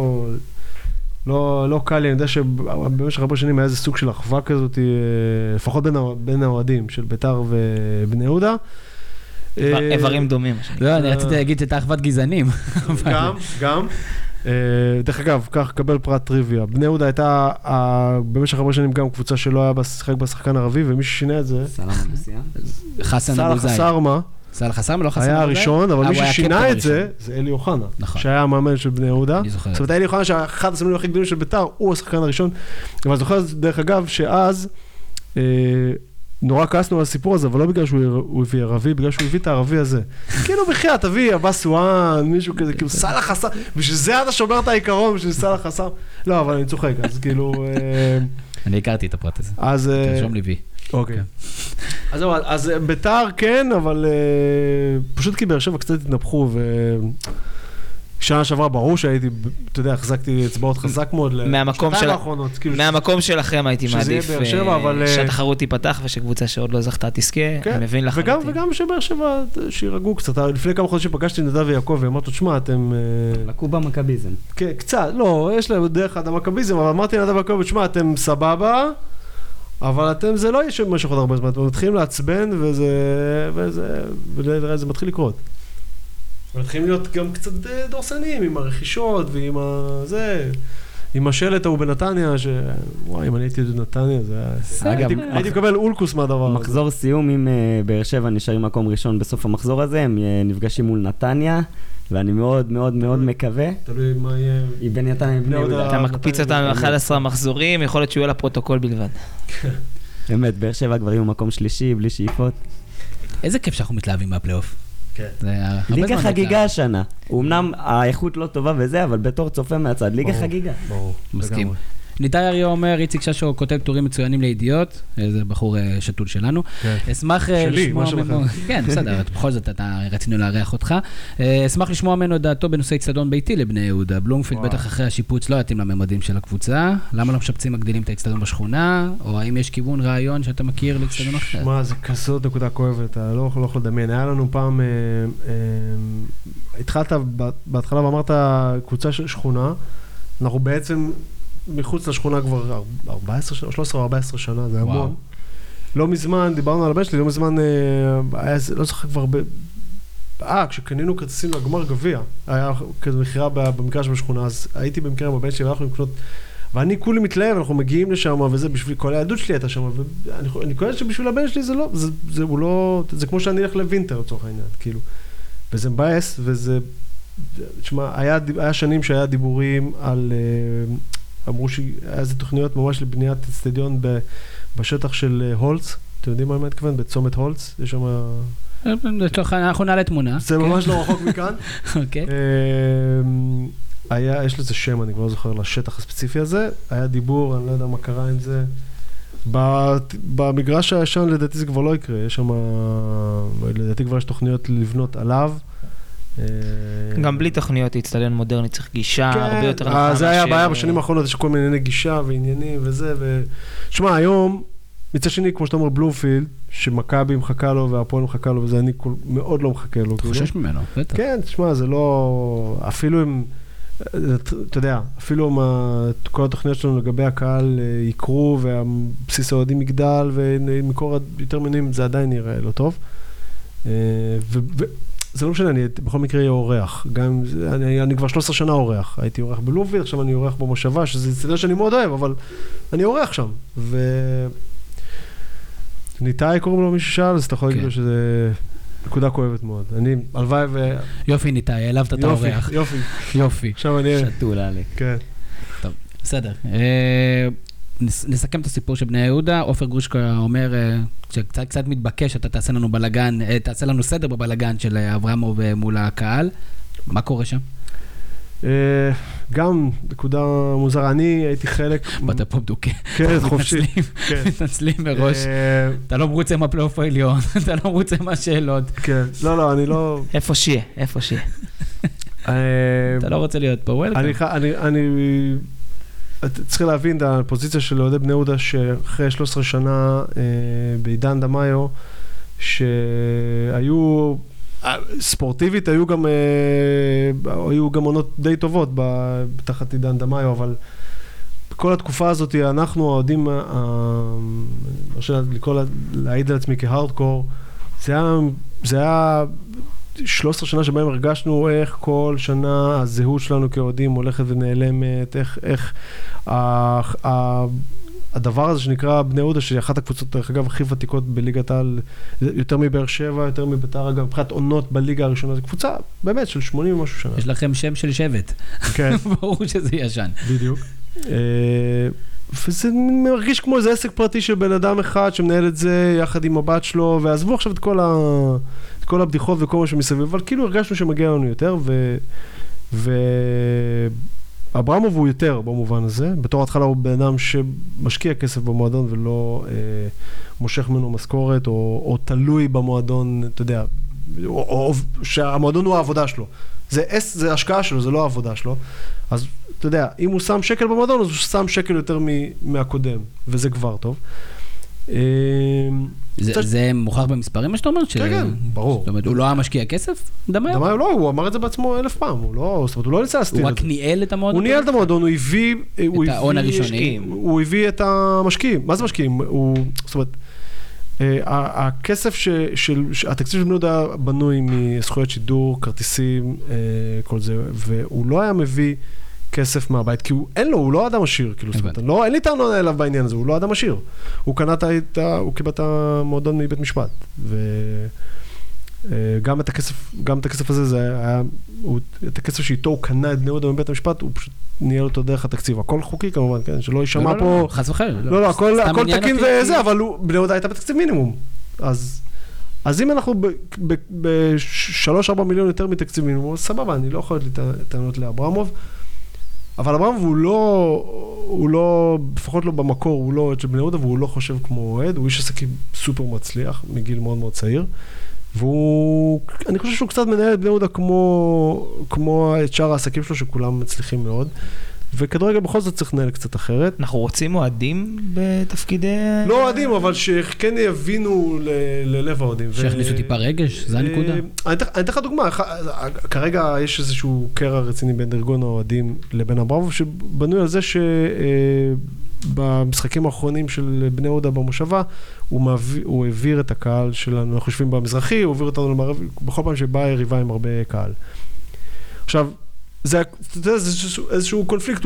לא קל לי, אני יודע שבמשך הרבה שנים היה איזה סוג של אחווה כזאת, לפחות בין האוהדים של בית"ר ובני יהודה. איברים דומים. לא, אני רציתי להגיד את האחוות גזענים. גם. דרך אגב, כך קבל פרט טריוויה. בני יהודה הייתה במשך הרבה שנים גם קבוצה שלא היה שחק בשחקן ערבי, ומי ששינה את זה... חסן אבו זייד. סלח חסם, לא חסם. היה הראשון, אבל מי ששינה את זה, זה אלי אוחנה, שהיה המאמן של בני יהודה. זאת אומרת, אלי אוחנה, שאחד הסמלים הכי גדולים של בית"ר, הוא השחקן הראשון. אבל זוכר, דרך אגב, שאז נורא כעסנו על הסיפור הזה, אבל לא בגלל שהוא הביא ערבי, בגלל שהוא הביא את הערבי הזה. כאילו בחייה, תביא, אבא סואן, מישהו כזה, כאילו סלח חסם, בשביל זה אתה שומר את העיקרון, בשביל סלח חסם. לא, אבל אני צוחק, אז כאילו... אני הכרתי את הפרט הזה. אז... תרשום לי וי. אוקיי. אז בית"ר כן, אבל פשוט כי באר שבע קצת התנפחו, ושנה שעברה ברור שהייתי, אתה יודע, החזקתי אצבעות חזק מאוד מהמקום שלכם הייתי מעדיף שהתחרות תיפתח ושקבוצה שעוד לא זכתה תזכה, אני מבין לחלוטין. וגם שבאר שבע שירגעו קצת, לפני כמה חודשים פגשתי נדב ויעקב ואמרתי, תשמע, אתם... לקו במכביזם. כן, קצת, לא, יש להם דרך עד המכביזם, אבל אמרתי נדב ויעקב, תשמע, אתם סבבה, אבל אתם, זה לא יש משהו עוד הרבה זמן, אתם מתחילים לעצבן וזה מתחיל לקרות. מתחילים להיות גם קצת דורסניים עם הרכישות ועם זה, עם השלט ההוא בנתניה, וואי, אם אני הייתי בנתניה, הייתי מקבל אולקוס מהדבר הזה. מחזור סיום עם באר שבע נשארים מקום ראשון בסוף המחזור הזה, הם נפגשים מול נתניה, ואני מאוד מאוד מאוד מקווה. תלוי מה יהיה. היא בין נתניה בני יהודה. אתה מקפיץ אותנו 11 מחזורים, יכול להיות שהוא יהיה לפרוטוקול בלבד. באמת, באר שבע כבר יהיו מקום שלישי, בלי שאיפות. איזה כיף שאנחנו מתלהבים מהפלייאוף. ליגה חגיגה השנה. אמנם האיכות לא טובה וזה, אבל בתור צופה מהצד, ליגה חגיגה. ברור. מסכים. ניתאי אריה אומר, איציק ששו כותב טורים מצוינים לידיעות, זה בחור שתול שלנו. אשמח לשמוע ממנו, כן, בסדר, בכל זאת רצינו לארח אותך. אשמח לשמוע ממנו דעתו בנושא אצטדיון ביתי לבני יהודה. בלומפילד בטח אחרי השיפוץ לא יתאים לממדים של הקבוצה. למה לא משפצים מגדילים את האצטדיון בשכונה? או האם יש כיוון רעיון שאתה מכיר לאצטדיון אחר? מה, זה כזאת נקודה כואבת, אתה לא יכול לדמיין. היה לנו פעם, התחלת בהתחלה ואמרת קבוצה של שכונה, אנחנו בעצם מחוץ לשכונה כבר 13 או 14 שנה, זה המון. לא מזמן, דיברנו על הבן שלי, לא מזמן, לא זוכר כבר כשקנינו כרטיסים לגמר גביע, היה כזה מכירה במגרש בשכונה, אז הייתי במקרה בבית שלי, והלכנו לקנות, ואני כולי מתלהב, אנחנו מגיעים לשם, וזה בשביל, כל הילדות שלי הייתה שם, ואני קורא שבשביל הבן שלי זה לא, זה כמו שאני אלך לווינטר, לצורך העניין, כאילו. וזה מבאס, וזה, תשמע, היה שנים שהיה דיבורים על, אמרו שהיה איזה תוכניות ממש לבניית סטדיון בשטח של הולץ, אתם יודעים מה אני מתכוון? בצומת הולץ, יש שם... אנחנו נעלה תמונה. זה ממש לא רחוק מכאן. אוקיי. יש לזה שם, אני כבר לא זוכר, לשטח הספציפי הזה. היה דיבור, אני לא יודע מה קרה עם זה. במגרש הישן, לדעתי זה כבר לא יקרה. יש שם, לדעתי כבר יש תוכניות לבנות עליו. גם בלי תוכניות להצטדיון מודרני צריך גישה הרבה יותר נכון. זה היה הבעיה בשנים האחרונות, יש כל מיני גישה ועניינים וזה. תשמע, היום, מצד שני, כמו שאתה אומר, בלומפילד, שמכבי מחכה לו והפועל מחכה לו, וזה אני מאוד לא מחכה לו. אתה חושש ממנו, בטח. כן, תשמע, זה לא... אפילו אם... אתה יודע, אפילו אם כל התוכניות שלנו לגבי הקהל יקרו, והבסיס האוהדים יגדל, ומקור יותר מינים, זה עדיין נראה לא טוב. זה לא משנה, אני בכל מקרה אהיה אורח. גם, אני כבר 13 שנה אורח. הייתי אורח בלומפילד, עכשיו אני אורח במושבה, שזה סדר שאני מאוד אוהב, אבל אני אורח שם. ניתאי קוראים לו מישהו שאל, אז אתה יכול להגיד לו שזה נקודה כואבת מאוד. אני, הלוואי ו... יופי ניתאי, העלבת את האורח. יופי. עכשיו אני... שתולה לי. כן. טוב, בסדר. נסכם את הסיפור של בני יהודה. עופר גרושקה אומר שקצת מתבקש, אתה תעשה לנו בלגן, תעשה לנו סדר בבלגן של אברמוב מול הקהל. מה קורה שם? גם נקודה מוזרה, אני הייתי חלק... באת פה בדוקה. כן, חופשי. מתנצלים מראש. אתה לא מרוצה מהפלייאוף העליון, אתה לא מרוצה מהשאלות. כן, לא, אני לא... איפה שיהיה. אתה לא רוצה להיות פה, וולקאם. אני... צריך להבין את הפוזיציה של אוהדי בני יהודה שאחרי 13 שנה בעידן דמאיו, שהיו... ספורטיבית היו גם עונות די טובות בתחת עידן דמאיו, אבל בכל התקופה הזאת אנחנו האוהדים, להעיד על עצמי כהארדקור, זה היה 13 שנה שבהם הרגשנו איך כל שנה הזהות שלנו כאוהדים הולכת ונעלמת, איך הדבר הזה שנקרא בני יהודה, שהיא אחת הקבוצות, דרך אגב, הכי ותיקות בליגת העל, יותר מבאר שבע, יותר מביתר, אגב, מבחינת עונות בליגה הראשונה, זו קבוצה באמת של 80 ומשהו שנה. יש לכם שם של שבט. כן. ברור שזה ישן. בדיוק. וזה מרגיש כמו איזה עסק פרטי של בן אדם אחד שמנהל את זה יחד עם הבת שלו, ועזבו עכשיו את כל הבדיחות וכל מה שמסביב, אבל כאילו הרגשנו שמגיע לנו יותר, אברמוב הוא יותר במובן הזה, בתור התחלה הוא בן אדם שמשקיע כסף במועדון ולא מושך ממנו משכורת או תלוי במועדון, אתה יודע, או שהמועדון הוא העבודה שלו. זה השקעה שלו, זה לא העבודה שלו. אז אתה יודע, אם הוא שם שקל במועדון, אז הוא שם שקל יותר מהקודם, וזה כבר טוב. זה מוכח במספרים, מה שאתה אומר? כן, ברור. זאת אומרת, הוא לא היה משקיע כסף? דמאיו לא, הוא אמר את זה בעצמו 1000 פעם, הוא לא ניסה להסתיר את זה. הוא רק ניהל את המועדון? הוא ניהל את המועדון, הוא הביא... את ההון הראשוני? הוא הביא את המשקיעים. מה זה משקיעים? זאת אומרת, הכסף התקציב של בני יהודה בנוי מזכויות שידור, כרטיסים, כל זה, והוא לא היה מביא כסף מהבית, כי אין לו, הוא לא אדם עשיר, כאילו, זאת אומרת, אין לי טענות אליו בעניין הזה, הוא לא אדם עשיר. הוא קיבל את המועדון מבית משפט, וגם את הכסף הזה, זה היה, את הכסף שאיתו הוא קנה את בני יהודה מבית המשפט, הוא פשוט ניהל אותו דרך התקציב. הכל חוקי כמובן, כן, שלא יישמע פה... חס וחלילה. לא, הכל תקין וזה, אבל בני יהודה הייתה בתקציב מינימום. אז אם אנחנו ב3-4 מיליון יותר מתקציב מינימום, סבבה, אני לא יכול לטענות לאברמוב, אבל אברמוב הוא לא, לפחות לא במקור, הוא לא אוהד של בני יהודה, והוא לא חושב כמו אוהד, הוא איש עסקים סופר מצליח, מגיל מאוד מאוד צעיר, אני חושב שהוא קצת מנהל את בני יהודה כמו את שאר העסקים שלו, שכולם מצליחים מאוד, וכדורגל בכל זאת צריך לנהל קצת אחרת. אנחנו רוצים אוהדים בתפקידי... לא אוהדים, אבל שכן יבינו ללב האוהדים. שהכניסו טיפה רגש, זה הנקודה. אני אתן לך דוגמה, כרגע יש איזשהו קרע רציני בין ארגון האוהדים לבין אברמוב, שבנוי על זה במשחקים האחרונים של בני יהודה במושבה, הוא העביר את הקהל שלנו, אנחנו יושבים במזרחי, הוא העביר אותנו למערבי, בכל פעם שבאה יריבה עם הרבה קהל. עכשיו, זה איזשהו קונפליקט,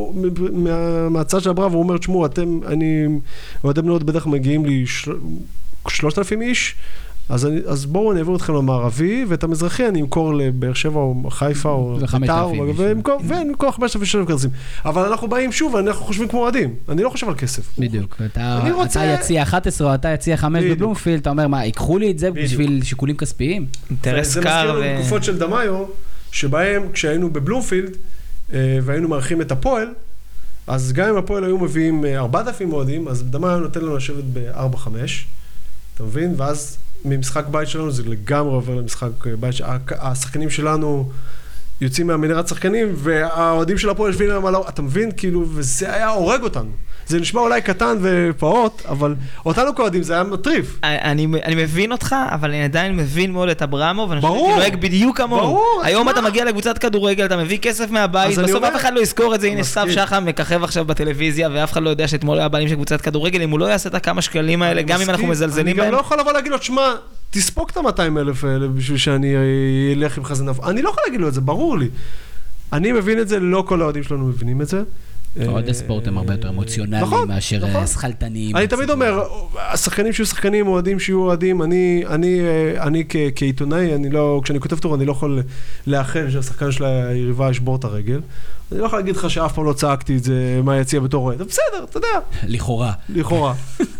מהצד של הברavo, הוא אומר, תשמעו, אני, אוהדי בני יהודה בדרך מגיעים לי 3,000 איש, אז בואו אני אעביר אתכם למערבי, ואת המזרחי אני אמכור לבאר שבע או חיפה או בית"ר, ונמכור 5,000 כרטיסים. אבל אנחנו באים שוב, אנחנו חושבים כמו אוהדים. אני לא חושב על כסף. בדיוק. אתה יציע 11 או אתה יציע 5 בבלומפילד, אתה אומר, מה, ייקחו לי את זה בשביל שיקולים כספיים? אינטרס קר. זה מזכיר לנו תקופות של דמאיו, שבהם כשהיינו בבלומפילד, והיינו מארחים את הפועל, אז גם אם הפועל היו מביאים 4,000 אוהדים, אז דמאיו נותן לנו לשבת ב-4-5, אתה מבין? ואז ממשחק בית שלנו זה לגמרי עובר למשחק בית, השחקנים שלנו יוצאים מהמנהרת שחקנים, והאוהדים של הפועל יושבים להם על אתה מבין? כאילו, וזה היה הורג אותנו. זה נשמע אולי קטן ופעוט, אבל אותנו כאוהדים זה היה מטריף. אני מבין אותך, אבל אני עדיין מבין מאוד את אברמוב, ואני חושב שאני נוהג בדיוק כמוהו. היום אתה מגיע לקבוצת כדורגל, אתה מביא כסף מהבית, בסוף אף אחד לא יזכור את זה, הנה סתיו שחם מככב עכשיו בטלוויזיה, ואף אחד לא יודע שאתמול היה בעלים של קבוצת כדורגל, אם הוא לא יעשה את הכמה שקלים האלה, גם אם אנחנו מזלזלים בהם. אני גם לא יכול לבוא להגיד לו, תשמע, תספוק את ה-200,000 האלה בשביל שאני אלך עם חזנף. אני לא יכול להגיד לו את זה, ברור לי. אני מבין את זה, לא כל האוהדים שלנו מבינים את זה. עוד הספורט הם הרבה יותר אמוציונליים מאשר שחלטניים. אני תמיד אומר, השחקנים שיהיו שחקנים, אוהדים שיהיו אוהדים, אני כעיתונאי, כשאני כותב טור, אני לא יכול לאחל שהשחקן של היריבה ישבור את הרגל. אני לא יכול להגיד לך שאף פעם לא צעקתי את זה, מה יציע בתור אוהד. בסדר, אתה יודע. לכאורה.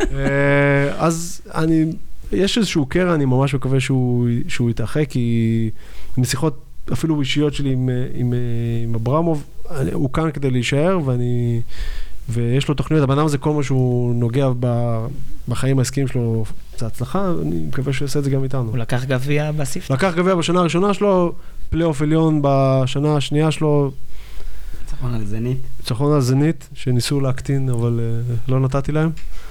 אז יש איזשהו קרע, אני ממש מקווה שהוא יתאחק, כי משיחות אפילו אישיות שלי עם אברמוב, הוא כאן כדי להישאר, ויש לו תוכניות, הבן אדם הזה כל מה שהוא נוגע בחיים העסקיים שלו, זה הצלחה, אני מקווה שהוא יעשה את זה גם איתנו. הוא לקח גביע בספר. לקח גביע בשנה הראשונה שלו, פלייאוף עליון בשנה השנייה שלו. ניצחון על זנית, שניסו להקטין, אבל לא נתתי להם.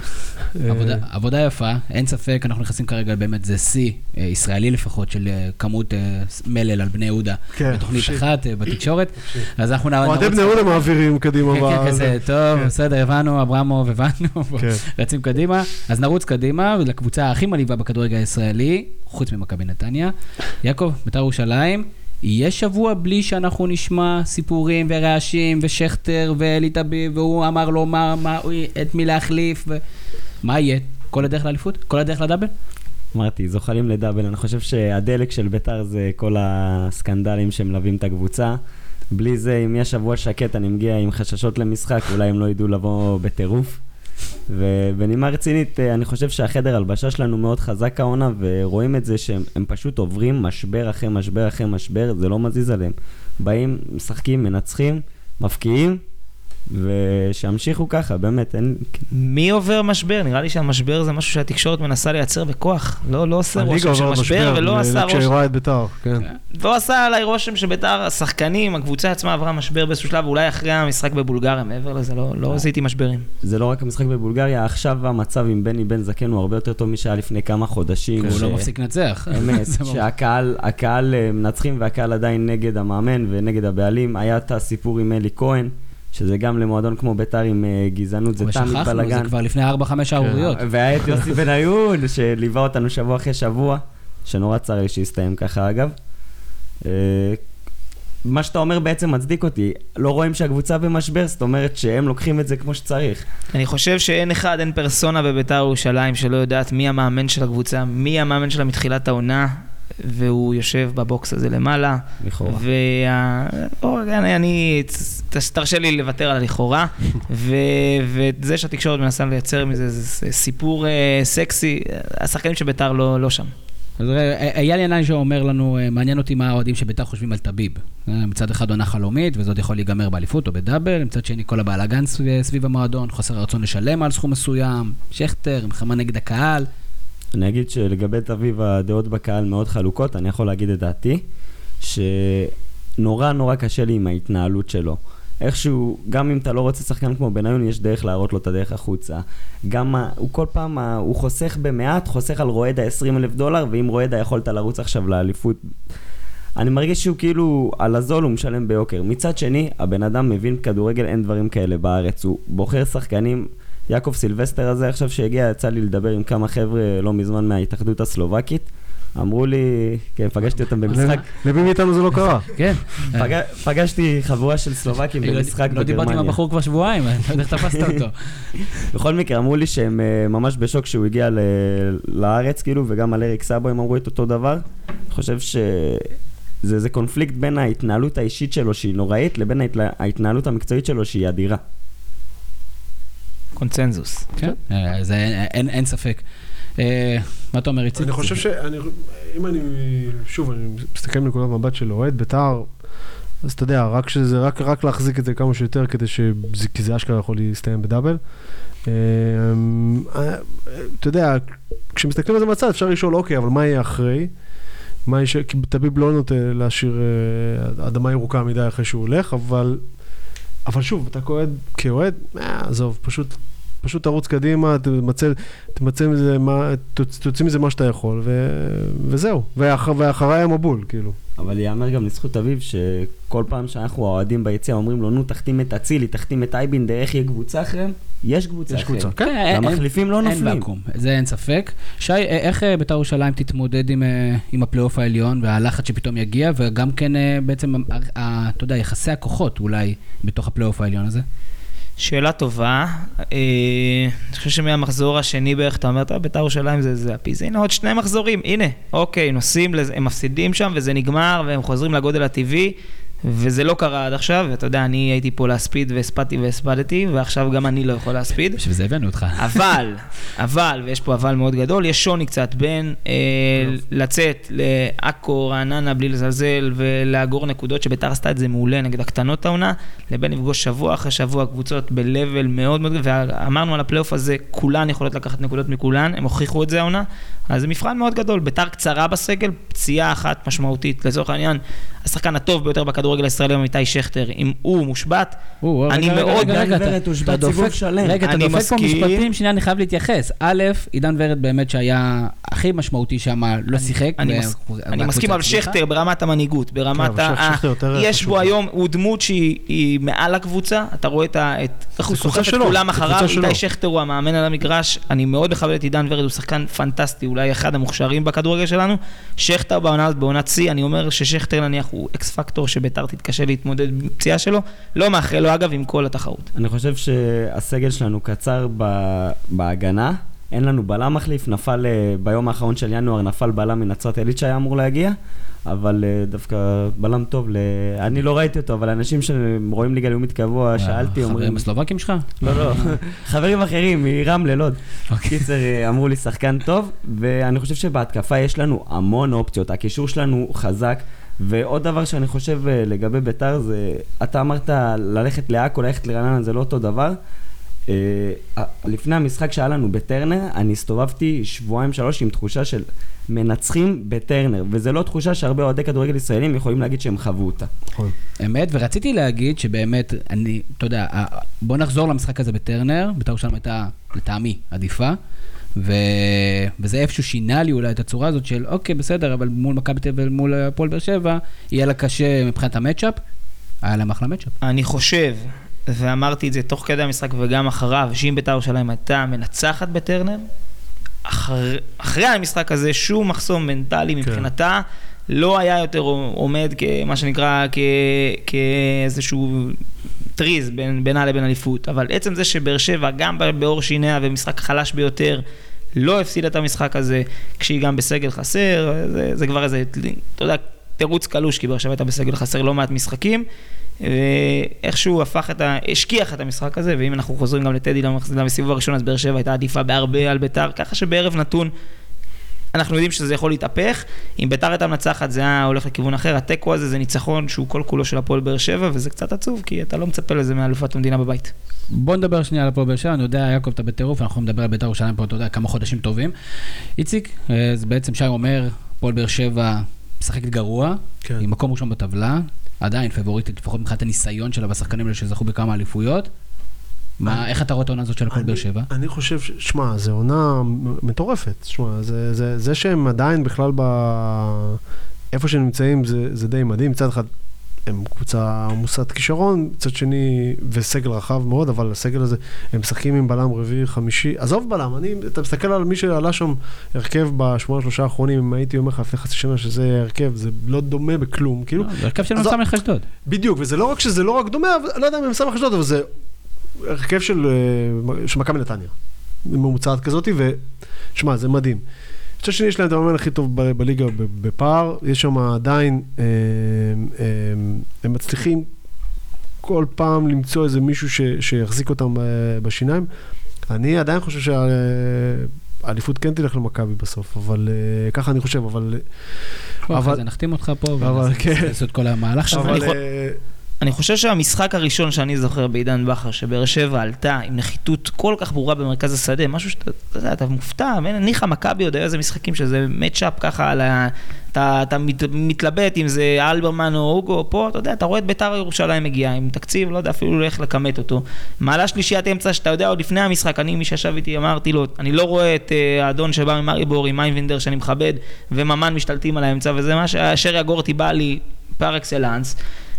עבודה יפה, אין ספק, אנחנו נכנסים כרגע באמת, זה שיא ישראלי לפחות, של כמות מלל על בני יהודה, בתוכנית אחת, בתקשורת. אז אנחנו אוהדי בני יהודה מעבירים קדימה. כן, כזה, טוב, בסדר, הבנו, אברמוב, רצים קדימה. אז נרוץ קדימה, לקבוצה הכי מלאיבה בכדורגל הישראלי, חוץ ממכבי נתניה. יעקב, בית"ר ירושלים, יהיה שבוע בלי שאנחנו נשמע סיפורים ורעשים ושכתר ואליטבי, והוא אמר לו את מי להחליף, מה יהיה? כל הדרך לאליפות? כל הדרך לדאבל? אמרתי, זוחלים לדאבל. אני חושב שהדלק של בית"ר זה כל הסקנדלים שמלווים את הקבוצה. בלי זה, אם יש שבוע שקט, אני מגיע עם חששות למשחק, אולי הם לא ידעו לבוא בטירוף. ובנימה רצינית, אני חושב שהחדר הלבשה שלנו מאוד חזק העונה, ורואים את זה שהם פשוט עוברים משבר אחרי משבר אחרי משבר, זה לא מזיז עליהם. באים, משחקים, מנצחים, מפקיעים, ושהמשיכו ככה, באמת, אין... מי עובר משבר? נראה לי שהמשבר זה משהו שהתקשורת מנסה לייצר בכוח. לא עושה רושם של משבר, ולא עשה רושם... כשהראה את בית"ר, כן. לא עשה עליי רושם שבית"ר, השחקנים, הקבוצה עצמה עברה משבר באיזשהו שלב, ואולי אחרי המשחק בבולגריה, מעבר לזה, לא עשיתי משברים. זה לא רק המשחק בבולגריה, עכשיו המצב עם בני בן זקן הוא הרבה יותר טוב משהיה לפני כמה חודשים. הוא לא מפסיק לנצח. אמת, שהקהל מנצחים והקהל עדיין נגד המאמן ונגד הבעלים. היה את הסיפור עם אלי כהן, שזה גם למועדון כמו בית"ר עם גזענות, זה תמיד בלגן. זה כבר לפני 4-5 שערוריות. והיה את יוסי בניון, שליווה אותנו שבוע אחרי שבוע, שנורא צר לי שהסתיים ככה אגב. מה שאתה אומר בעצם מצדיק אותי, לא רואים שהקבוצה במשבר, זאת אומרת שהם לוקחים את זה כמו שצריך. אני חושב שאין פרסונה בבית"ר ירושלים שלא יודעת מי המאמן של הקבוצה, מי המאמן שלה מתחילת העונה, והוא יושב בבוקס הזה למעלה. לכאורה. תרשה לי לוותר על הלכאורה, וזה שהתקשורת מנסה לייצר מזה, זה סיפור סקסי, השחקנים שבית"ר לא שם. אז אייל ינאי שאומר לנו, מעניין אותי מה האוהדים שבית"ר חושבים על טביב. מצד אחד עונה חלומית, וזה עוד יכול להיגמר באליפות או בדאבל, מצד שני כל הבלגן סביב המועדון, חוסר הרצון לשלם על סכום מסוים, שכתר, מלחמה נגד הקהל. אני אגיד שלגבי טביב הדעות בקהל מאוד חלוקות, אני יכול להגיד את דעתי, שנורא קשה לי עם ההתנהלות שלו. איכשהו, גם אם אתה לא רוצה שחקן כמו בניון, יש דרך להראות לו את הדרך החוצה. גם הוא כל פעם, הוא חוסך במעט, חוסך על רועדה $20,000, ואם רועדה יכולת לרוץ עכשיו לאליפות, אני מרגיש שהוא כאילו על הזול הוא משלם ביוקר. מצד שני, הבן אדם מבין כדורגל, אין דברים כאלה בארץ. הוא בוחר שחקנים, יעקב סילבסטר הזה עכשיו שהגיע, יצא לי לדבר עם כמה חבר'ה לא מזמן מההתאחדות הסלובקית. אמרו לי, כן, פגשתי אותם במשחק. למי מאיתנו זה לא קרה. כן. פגשתי חבורה של סלובקים במשחק בגרמניה. לא דיברתי עם הבחור כבר שבועיים, אני לא יודע איך תפסת אותו. בכל מקרה, אמרו לי שהם ממש בשוק שהוא הגיע לארץ, כאילו, וגם על אריק סאבו הם אמרו את אותו דבר. אני חושב שזה קונפליקט בין ההתנהלות האישית שלו שהיא נוראית, לבין ההתנהלות המקצועית שלו שהיא אדירה. קונצנזוס. כן, אין ספק. מה אתה אומר, איציק? אני חושב אם אני, שוב, אני מסתכל מנקודת מבט של אוהד בית"ר, אז אתה יודע, רק להחזיק את זה כמה שיותר, כי זה אשכרה יכול להסתיים בדאבל. אתה יודע, כשמסתכלים על זה מהצד, אפשר לשאול, אוקיי, אבל מה יהיה אחרי? כי טביב לא נוטה להשאיר אדמה ירוקה מדי אחרי שהוא הולך, אבל שוב, אתה כאוהד, עזוב, פשוט תרוץ קדימה, תוציא מזה מה שאתה יכול, וזהו. ואחריי המבול, כאילו. אבל יאמר גם לזכות אביב, שכל פעם שאנחנו האוהדים ביציאה אומרים לו, נו, תחתים את אצילי, תחתים את אייבינדר, איך יהיה קבוצה אחריהם? יש קבוצה אחריהם. והמחליפים לא נופלים. אין ואקום, זה אין ספק. שי, איך בית"ר ירושלים תתמודד עם הפלייאוף העליון, והלחץ שפתאום יגיע, וגם כן בעצם, אתה יודע, יחסי הכוחות אולי בתוך הפלייאוף העליון הזה? שאלה טובה. אני חושב שמהמחזור השני בערך, אתה אומר, בית"ר ירושלים זה הפיס. הנה עוד 2 מחזורים, הנה, אוקיי, נוסעים, הם מפסידים שם וזה נגמר, והם חוזרים לגודל הטבעי, וזה לא קרה עד עכשיו, ואתה יודע, אני הייתי פה להספיד והספדתי, ועכשיו גם אני לא יכול להספיד. שזה הבאנו אותך. אבל, ויש פה אבל מאוד גדול, יש שוני קצת בין לצאת לעכו, רעננה, בלי לזלזל, ולאגור נקודות שבית"ר עשתה את זה מעולה נגד הקטנות העונה, לבין לפגוש שבוע אחרי שבוע קבוצות בלבל מאוד מאוד, ואמרנו על הפלייאוף הזה, כולן יכולות לקחת נקודות מכולן, הם הוכיחו את זה העונה, אז זה מבחן מאוד גדול, בית"ר קצרה בסגל, פציעה אחת משמעותית, לצורך העניין, השחקן הטוב ביותר בכדורגל הישראלי עמיתי שכטר, אם הוא מושבת, אני מאוד... רגע, אתה דופק פה משפטים שנייה, אני חייב להתייחס. א', עידן ורד באמת שהיה הכי משמעותי שם, לא שיחק. אני מסכים על שכטר ברמת המנהיגות, ברמת יש בו היום, הוא דמות שהיא מעל הקבוצה, אתה רואה איך הוא סוחף את כולם אחריו, עמיתי שכטר הוא המאמן על המגרש, אני מאוד מכבד את עידן ורד, הוא שחקן פנטסטי, אולי אחד המוכשרים בכדורגל שלנו. שכטר בעונת C, אני אומר ששכטר נניח הוא אקס פקטור שבית"ר תתקשה להתמודד בפציעה שלו, לא מאחל לו אגב עם כל התחרות. אני חושב שהסגל שלנו קצר בהגנה, אין לנו בלם מחליף, נפל ביום האחרון של ינואר, נפל בלם מנצרת עילית שהיה אמור להגיע, אבל דווקא בלם טוב, אני לא ראיתי אותו, אבל אנשים שרואים ליגה לאומית קבוע, שאלתי, אומרים... חברים הסלובקים שלך? לא, חברים אחרים, מרמלה, לוד. קיצר, אמרו לי שחקן טוב, ואני חושב שבהתקפה יש לנו המון אופציות, הקישור שלנו חזק, ועוד דבר שאני חושב לגבי בית"ר זה, אתה אמרת ללכת לעכו, ללכת לרעננה, זה לא אותו דבר. לפני המשחק שהיה לנו בטרנר, אני הסתובבתי 2-3 עם תחושה של מנצחים בטרנר, וזה לא תחושה שהרבה אוהדי כדורגל ישראלים יכולים להגיד שהם חוו אותה. אמת, ורציתי להגיד שבאמת, אתה יודע, בוא נחזור למשחק הזה בטרנר, בית"ר ירושלים הייתה לטעמי עדיפה, וזה איפשהו שינה לי אולי את הצורה הזאת של, אוקיי, בסדר, אבל מול מכבי תל אביב ומול הפועל באר שבע, יהיה לה קשה מבחינת המצ'אפ, היה לה אחלה מצ'אפ. אני חושב, ואמרתי את זה תוך כדי המשחק וגם אחריו, שאם בית"ר ירושלים הייתה מנצחת בטרנר, אחרי המשחק הזה, שום מחסום מנטלי מבחינתה, לא היה יותר עומד כמה שנקרא, כאיזשהו טריז בינה לבין אליפות, אבל עצם זה שבאר שבע, גם באור שיניה ומשחק חלש ביותר, לא הפסיד את המשחק הזה, כשהיא גם בסגל חסר, זה כבר איזה, אתה יודע, תירוץ קלוש, כי באר שבע הייתה בסגל חסר לא מעט משחקים, ואיכשהו השכיח את המשחק הזה, ואם אנחנו חוזרים גם לטדי לסיבוב הראשון, אז באר שבע הייתה עדיפה בהרבה על בית"ר, ככה שבערב נתון, אנחנו יודעים שזה יכול להתהפך, אם בית"ר הייתה מנצחת זה היה הולך לכיוון אחר, התיקו הזה זה ניצחון שהוא כל כולו של הפועל באר שבע, וזה קצת עצוב, כי אתה לא מצפה לזה מאלופת המדינה בבית. בוא נדבר שנייה על הפועל באר שבע, אני יודע, יעקב, אתה בטירוף, אנחנו נדבר על בית"ר ירושלים פה, אתה יודע, כמה חודשים טובים. איציק, אז בעצם שי אומר, הפועל באר שבע משחקת גרוע, עם מקום ראשון בטבלה, עדיין פבוריטית, לפחות מבחינת הניסיון שלה והשחקנים האלה שזכו בכמה אליפויות. איך אתה רואה את העונה הזאת של הפועל באר שבע? אני חושב, שמע, זו עונה מטורפת. שמע, זה שהם עדיין בכלל איפה שהם נמצאים זה די מדהים, מצד אחד הם קבוצה מוסת כישרון, מצד שני, וסגל רחב מאוד, אבל הסגל הזה, הם משחקים עם בלם רביעי, חמישי, עזוב בלם, אתה מסתכל על מי שעלה שם הרכב בשבועיים-שלושה האחרונים, אם הייתי אומר לך לפני חצי שנה שזה הרכב, זה לא דומה בכלום, כאילו. זה הרכב של סמך אשדוד. בדיוק, וזה לא רק שזה לא רק דומה, לא יודע אם הם סמך אשדוד, אבל זה הרכב של מכבי נתניה, ממוצעת כזאת, ושמע, זה מדהים. אני חושב שיש להם את המאמן הכי טוב בליגה בפער, יש שם עדיין, הם מצליחים כל פעם למצוא איזה מישהו שיחזיק אותם בשיניים. אני עדיין חושב שהאליפות כן תלך למכבי בסוף, אבל ככה אני חושב, אבל... אחרי זה נחתים אותך פה, ונעשו את כל המהלך שלך. אני חושב שהמשחק הראשון שאני זוכר בעידן בכר, שבאר שבע עלתה עם נחיתות כל כך ברורה במרכז השדה, משהו שאתה יודע, אתה מופתע, ניחא מכבי עוד היה איזה משחקים שזה מצ'אפ ככה, אתה מתלבט אם זה אלברמן או אוגו, פה אתה יודע, אתה רואה את בית"ר ירושלים מגיעה עם תקציב, לא יודע, אפילו לא איך לקמת אותו. מעלה שלישיית אמצע, שאתה יודע, עוד לפני המשחק, מי שישב איתי, אמרתי לו, אני לא רואה את האדון שבא ממריבור עם מיינבינדר שאני מכבד, וממן משתלטים על האמצע, וזה מה שהשרי הגורתי בא לי פר אקסלנס.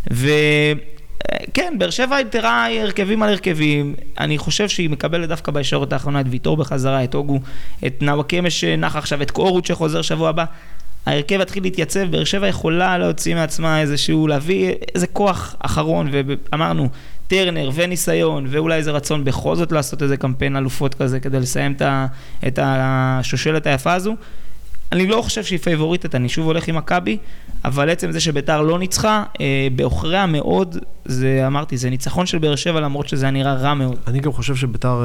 וכן, באר שבע תראה הרכבים על הרכבים, אני חושב שהיא מקבלת דווקא בישורת האחרונה את ויטור בחזרה, את אוגו, את נאווקמה שנח עכשיו, את קורות שחוזר שבוע הבא, ההרכב התחיל להתייצב, באר שבע יכולה להוציא מעצמה איזשהו, להביא איזה כוח אחרון, ואמרנו, טרנר וניסיון, ואולי איזה רצון בכל זאת לעשות איזה קמפיין אלופות כזה, כדי לסיים את השושלת היפה הזו. אני לא חושב שהיא פייבוריטית, אני שוב הולך עם מכבי, אבל עצם זה שביתר לא ניצחה, באוכריה מאוד, זה אמרתי, זה ניצחון של באר שבע, למרות שזה נראה רע מאוד. אני גם חושב שביתר,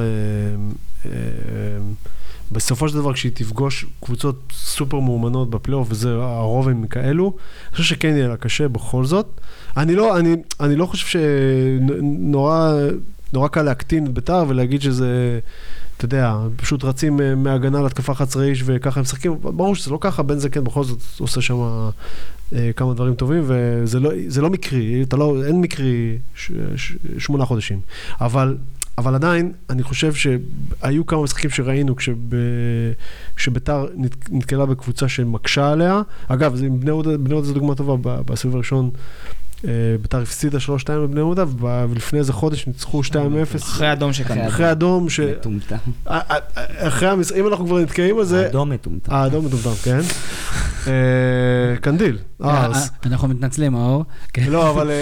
בסופו של דבר, כשהיא תפגוש קבוצות סופר מאומנות בפלייאוף, וזה הרוב הם כאלו, אני חושב שכן יהיה לה קשה בכל זאת. אני לא חושב שנורא קל להקטין את ביתר, ולהגיד שזה... אתה יודע, פשוט רצים מהגנה להתקפה חצרי איש וככה הם משחקים, ברור שזה לא ככה, בן זקן בכל זאת עושה שם כמה דברים טובים, וזה לא מקרי, אין מקרי 8 חודשים, אבל עדיין, אני חושב שהיו כמה משחקים שראינו כשביתר נתקלה בקבוצה שמקשה עליה, אגב, בני יהודה זו דוגמה טובה, בסיבוב הראשון, ביתר הפסידה 3-2 לבני יהודה, ולפני איזה חודש ניצחו 2-0. אחרי אדום שכאן. אחרי אדום מטומטם. אם אנחנו כבר נתקעים על זה... האדום מטומטם. האדום מטומטם, כן. קנדיל. אנחנו מתנצלים, האור. לא, אבל...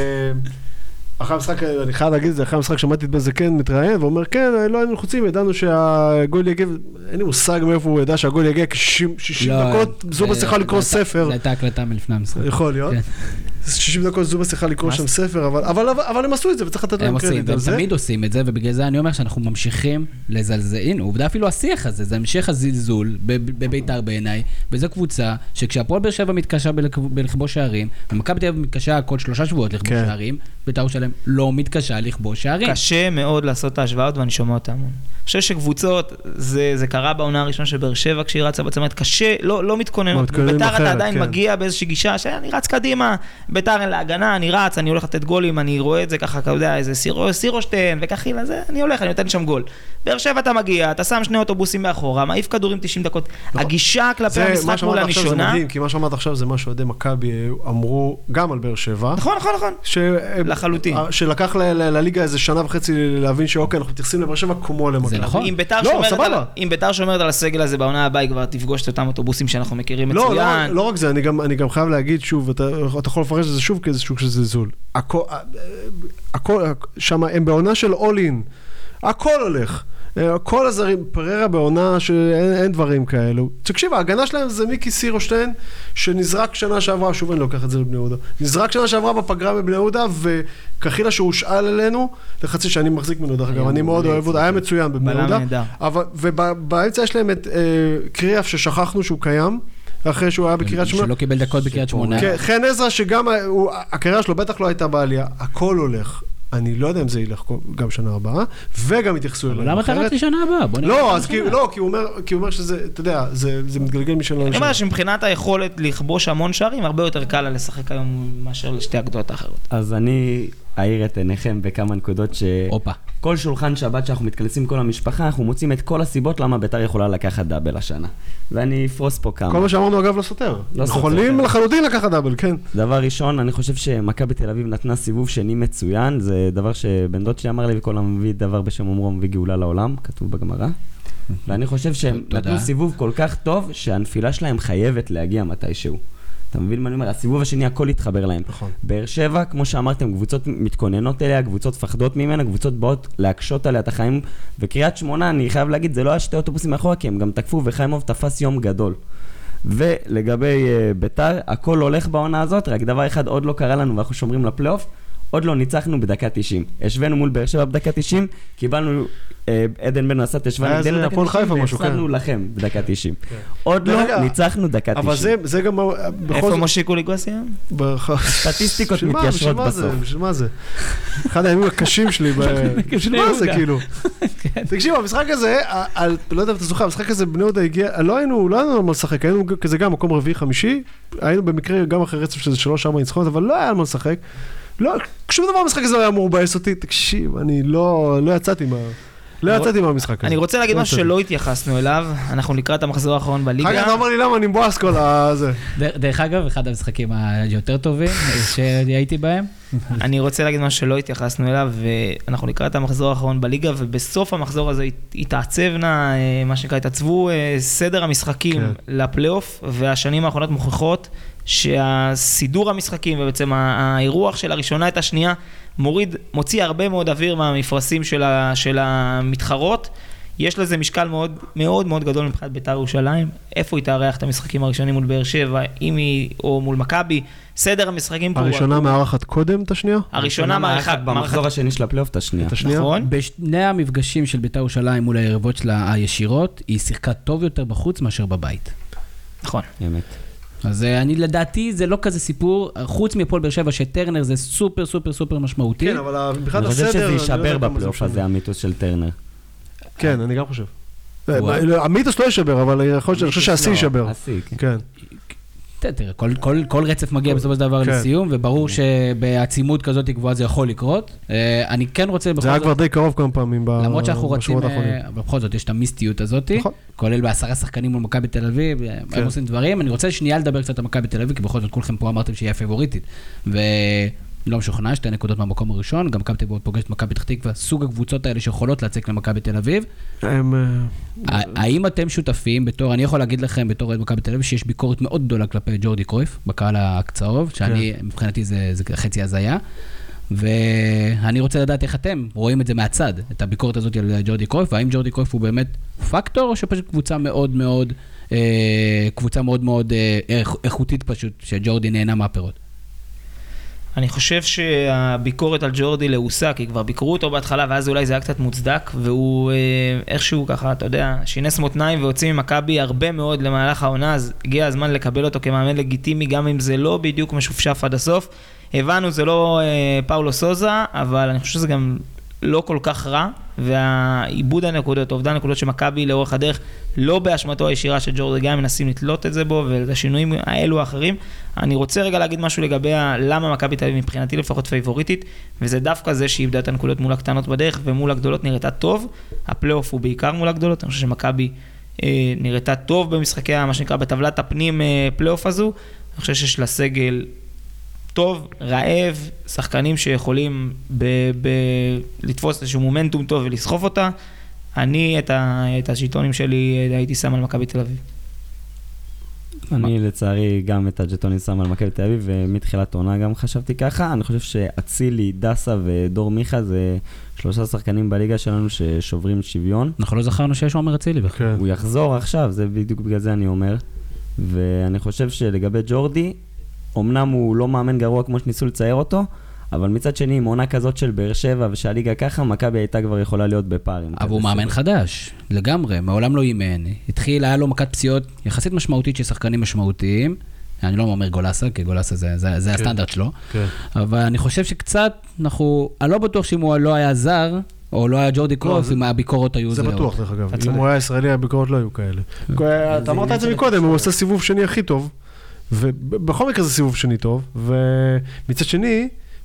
אחרי המשחק, אני חייב להגיד את זה, אחרי המשחק שמעתי את בן זקן מתראיין, ואומר, כן, לא היינו לחוצים, ידענו שהגול יגיע, אין לי מושג מאיפה הוא ידע שהגול יגיע כ-60 דקות, זובה צריכה לקרוא ספר. זו הייתה הקלטה מלפני המשחק. יכול להיות. 60 דקות זובה צריכה לקרוא שם ספר, אבל הם עשו את זה, וצריך לתת להם קרדיט על זה. הם תמיד עושים את זה, ובגלל זה אני אומר שאנחנו ממשיכים לזלזל. הנה, עובדה אפילו השיח הזה, זה המשך הזלזול בבית"ר בעיניי, וזו קבוצה שכשהפועל באר שבע מתקשה לכבוש שערים, ומכבי תל אביב מתקשה כל 3 שבועות לכבוש שערים, בית"ר ירושלים לא מתקשה לכבוש שערים. קשה מאוד לעשות את ההשוואות, ואני שומע אותם. אני חושב שקבוצות, זה קרה בעונה הראשונה של באר שבע, כשהיא רצה בצמרת, קשה, לא מתכוננות. בית"ר אתה עדיין מגיע באיזושהי גישה, שאני רץ קדימה, בית"ר אין להגנה, אני רץ, אני הולך לתת גולים, אני רואה את זה ככה, אתה יודע, איזה סירושטיין, וכך לזה, אני הולך, אני נותן שם גול. באר שבע אתה מגיע, אתה שם 2 אוטובוסים מאחורה, מעיף כדורים 90 דקות. הגישה כלפי המשחק מול הראשונה. כי מה שאמרת עכשיו זה מה שאוהדי מכבי אמרו גם על באר שבע. נכון. לחלוטין. שלקח לליגה איזה 1.5 שנה להבין שאוקיי, אנחנו מתייחסים לבאר שבע כמו למכבי. זה נכון. אם בית"ר שומרת על הסגל הזה בעונה הבאה, כבר תפגוש את אותם אוטובוסים שאנחנו מכירים מצוין. לא רק זה, אני גם חייב להגיד שוב, אתה יכול לפרש את זה שוב כאיזה שוק של זלזול. הכל, שם הם בעונה של אולין, הכל הולך. כל הזרים, פררה בעונה שאין דברים כאלו. תקשיב, ההגנה שלהם זה מיקי סירושטיין, שנזרק שנה שעברה, שוב אני לוקח את זה לבני יהודה, נזרק שנה שעברה בפגרה בבני יהודה, וכחילה שהוא הושאל אלינו, לחצי שאני מחזיק ממנו דרך אגב, אני מאוד אוהב אותו, היה מצוין בבני יהודה, ובאמצע יש להם את קריאף ששכחנו שהוא קיים, אחרי שהוא היה בקריית שמונה. שלא קיבל דקות בקריית שמונה. חן עזרא שגם, הקריירה שלו בטח לא הייתה בעלייה, הכל הולך. אני לא יודע אם זה ילך גם שנה הבאה, וגם יתייחסו אלינו. למה אתה רק לשנה הבאה? לא, כי הוא אומר שזה, אתה יודע, זה מתגלגל משנה לשנה. אני אומר שמבחינת היכולת לכבוש המון שערים, הרבה יותר קל לה לשחק היום מאשר לשתי הגדולות האחרות. אז אעיר את עיניכם בכמה נקודות כל שולחן שבת שאנחנו מתכנסים כל המשפחה, אנחנו מוצאים את כל הסיבות למה בית"ר יכולה לקחת דאבל השנה. ואני אפרוס פה כמה. כל מה שאמרנו אגב לא סותר. יכולים לחלוטין לקחת דאבל, כן. דבר ראשון, אני חושב שמכבי תל אביב נתנה סיבוב שני מצוין, זה דבר שבן דוד שלי אמר לי, וכל המביא דבר בשם אומרו מביא גאולה לעולם, כתוב בגמרא. ואני חושב שהם נתנו סיבוב כל כך טוב, שהנפילה שלהם חייבת להגיע מתישהו. אתה מבין מה אני אומר? הסיבוב השני הכל התחבר להם. נכון. באר שבע, כמו שאמרתם, קבוצות מתכוננות אליה, קבוצות פחדות ממנה, קבוצות באות להקשות עליה את החיים, וקריית שמונה, אני חייב להגיד, זה לא היה שתי אוטובוסים מאחורה, כי הם גם תקפו, וחיימוב תפס יום גדול. ולגבי בית"ר, הכל הולך בעונה הזאת, רק דבר אחד עוד לא קרה לנו, ואנחנו שומרים לפלייאוף, עוד לא ניצחנו בדקה 90. השווינו מול באר שבע בדקה 90, קיבלנו, עדן בן נסת השווה נגדנו בדקה 90, והפסדנו לכם בדקה 90. עוד לא ניצחנו דקה 90. אבל זה גם... איפה מושיקו ליגוסיה? סטטיסטיקות מתיישרות בסוף. בשביל מה זה? אחד הימים הקשים שלי, בשביל מה זה כאילו? תקשיב, המשחק הזה, לא יודע אם אתה זוכר, המשחק הזה בני יהודה הגיע, לא היינו על מה לשחק, היינו כזה גם מקום רביעי חמישי, היינו במקרה גם אחרי רצף שזה 3-4 ניצחונות, אבל לא היה על מה לשחק. לא, שום דבר במשחק הזה לא היה אמור לבאס אותי, תקשיב, אני לא יצאתי מהמשחק הזה. אני רוצה להגיד משהו שלא התייחסנו אליו, אנחנו לקראת המחזור האחרון בליגה. אחר כך אתה אומר לי למה אני מבואס כל הזה. דרך אגב, אחד המשחקים היותר טובים שהייתי בהם. אני רוצה להגיד משהו שלא התייחסנו אליו, ואנחנו לקראת המחזור האחרון בליגה, ובסוף המחזור הזה התעצבנה, מה שנקרא, התעצבו סדר המשחקים לפלייאוף, והשנים האחרונות מוכיחות שהסידור המשחקים, ובעצם האירוח של הראשונה את השנייה, מוציא הרבה מאוד אוויר מהמפרשים של המתחרות. יש לזה משקל מאוד מאוד מאוד גדול מבחינת בית"ר ירושלים. איפה היא תארח את המשחקים הראשונים מול באר שבע, או מול מכבי? סדר המשחקים פה. הראשונה מארחת קודם את השנייה? הראשונה מארחת במחזור השני של הפלייאוף את השנייה. נכון. בשני המפגשים של בית"ר ירושלים מול היריבות שלה הישירות, היא שיחקה טוב יותר בחוץ מאשר בבית. נכון. אמת. אז אני לדעתי זה לא כזה סיפור, חוץ מפועל באר שבע שטרנר זה סופר סופר סופר משמעותי. כן, אבל מבחינת הסדר... אני חושב שזה יישבר בפלייאוף הזה, המיתוס של טרנר. כן, אני גם חושב. המיתוס לא יישבר, אבל אני חושב שהשיא יישבר. השיא, כן. תראה, כל רצף מגיע בסופו של דבר לסיום, וברור שבעצימות כזאת גבוהה זה יכול לקרות. אני כן רוצה בכל זאת... זה היה כבר די קרוב כמה פעמים בשבועות האחרונים. למרות שאנחנו רוצים, בכל זאת יש את המיסטיות הזאת, כולל ב10 שחקנים מול מכבי תל אביב, הם עושים דברים. אני רוצה שנייה לדבר קצת על מכבי תל אביב, כי בכל זאת כולכם פה אמרתם שהיא הפייבוריטית. לא משוכנע, 2 נקודות מהמקום הראשון, גם מכבי תל אביב פוגשת מכבי פתח תקווה, סוג הקבוצות האלה שיכולות להציק למכבי תל אביב. האם אתם שותפים בתור, אני יכול להגיד לכם בתור אוהד מכבי תל אביב, שיש ביקורת מאוד גדולה כלפי ג'ורדי קרויף, בקהל הצהוב, שאני, מבחינתי זה חצי הזיה, ואני רוצה לדעת איך אתם רואים את זה מהצד, את הביקורת הזאת על ג'ורדי קרויף, והאם ג'ורדי קרויף הוא באמת פקטור, או שפשוט קבוצה מאוד מאוד איכותית פשוט, שג'ורדי נהנה מהפירות. אני חושב שהביקורת על ג'ורדי לעוסה, כי כבר ביקרו אותו בהתחלה, ואז אולי זה היה קצת מוצדק, והוא איכשהו ככה, אתה יודע, שינס מותניים והוציא ממכבי הרבה מאוד למהלך העונה, אז הגיע הזמן לקבל אותו כמאמן לגיטימי, גם אם זה לא בדיוק משופשף עד הסוף. הבנו, זה לא פאולו סוזה, אבל אני חושב שזה גם לא כל כך רע, והעיבוד הנקודות, אובדן הנקודות שמכבי לאורך הדרך, לא באשמתו הישירה של ג'ורדי, גם מנסים לתלות את זה בו, ואת השינויים האלו האחרים. אני רוצה רגע להגיד משהו לגבי למה מכבי תל אביב מבחינתי לפחות פייבוריטית, וזה דווקא זה שהיא איבדה את הנקודות מול הקטנות בדרך, ומול הגדולות נראתה טוב. הפלייאוף הוא בעיקר מול הגדולות, אני חושב שמכבי נראתה טוב במשחקי, מה שנקרא בטבלת הפנים פלייאוף הזו. אני חושב שיש לה סגל טוב, רעב, שחקנים שיכולים לתפוס איזשהו מומנטום טוב ולסחוף אותה. אני את השיטונים שלי הייתי שם על מכבי תל אביב. אני לצערי גם את הג'טונים שם על מכבי תל אביב, ומתחילת עונה גם חשבתי ככה. אני חושב שאצילי, דסה ודור מיכה זה 3 שחקנים בליגה שלנו ששוברים שוויון. אנחנו לא זכרנו שיש עומר אצילי בכלל. הוא יחזור עכשיו, זה בדיוק בגלל זה אני אומר. ואני חושב שלגבי ג'ורדי, אמנם הוא לא מאמן גרוע כמו שניסו לצייר אותו, אבל מצד שני, עם עונה כזאת של באר שבע ושהליגה ככה, מכבי הייתה כבר יכולה להיות בפערים. אבל הוא מאמן חדש, לגמרי, מעולם לא אימן. התחיל, היה לו מכת פציעות יחסית משמעותית של שחקנים משמעותיים. אני לא אומר גולסה, כי גולסה זה הסטנדרט שלו. אבל אני חושב שקצת, אני לא בטוח שאם הוא לא היה זר, או לא היה ג'ורדי קרויף, אם הביקורות היו זה בטוח, דרך אגב. אם הוא היה ישראלי, הביקורות לא היו כאלה. אתה אמרת את זה מקודם, הוא עושה סיבוב שני הכי טוב. ובכל מקרה זה סיבוב שני טוב, ומצד שני,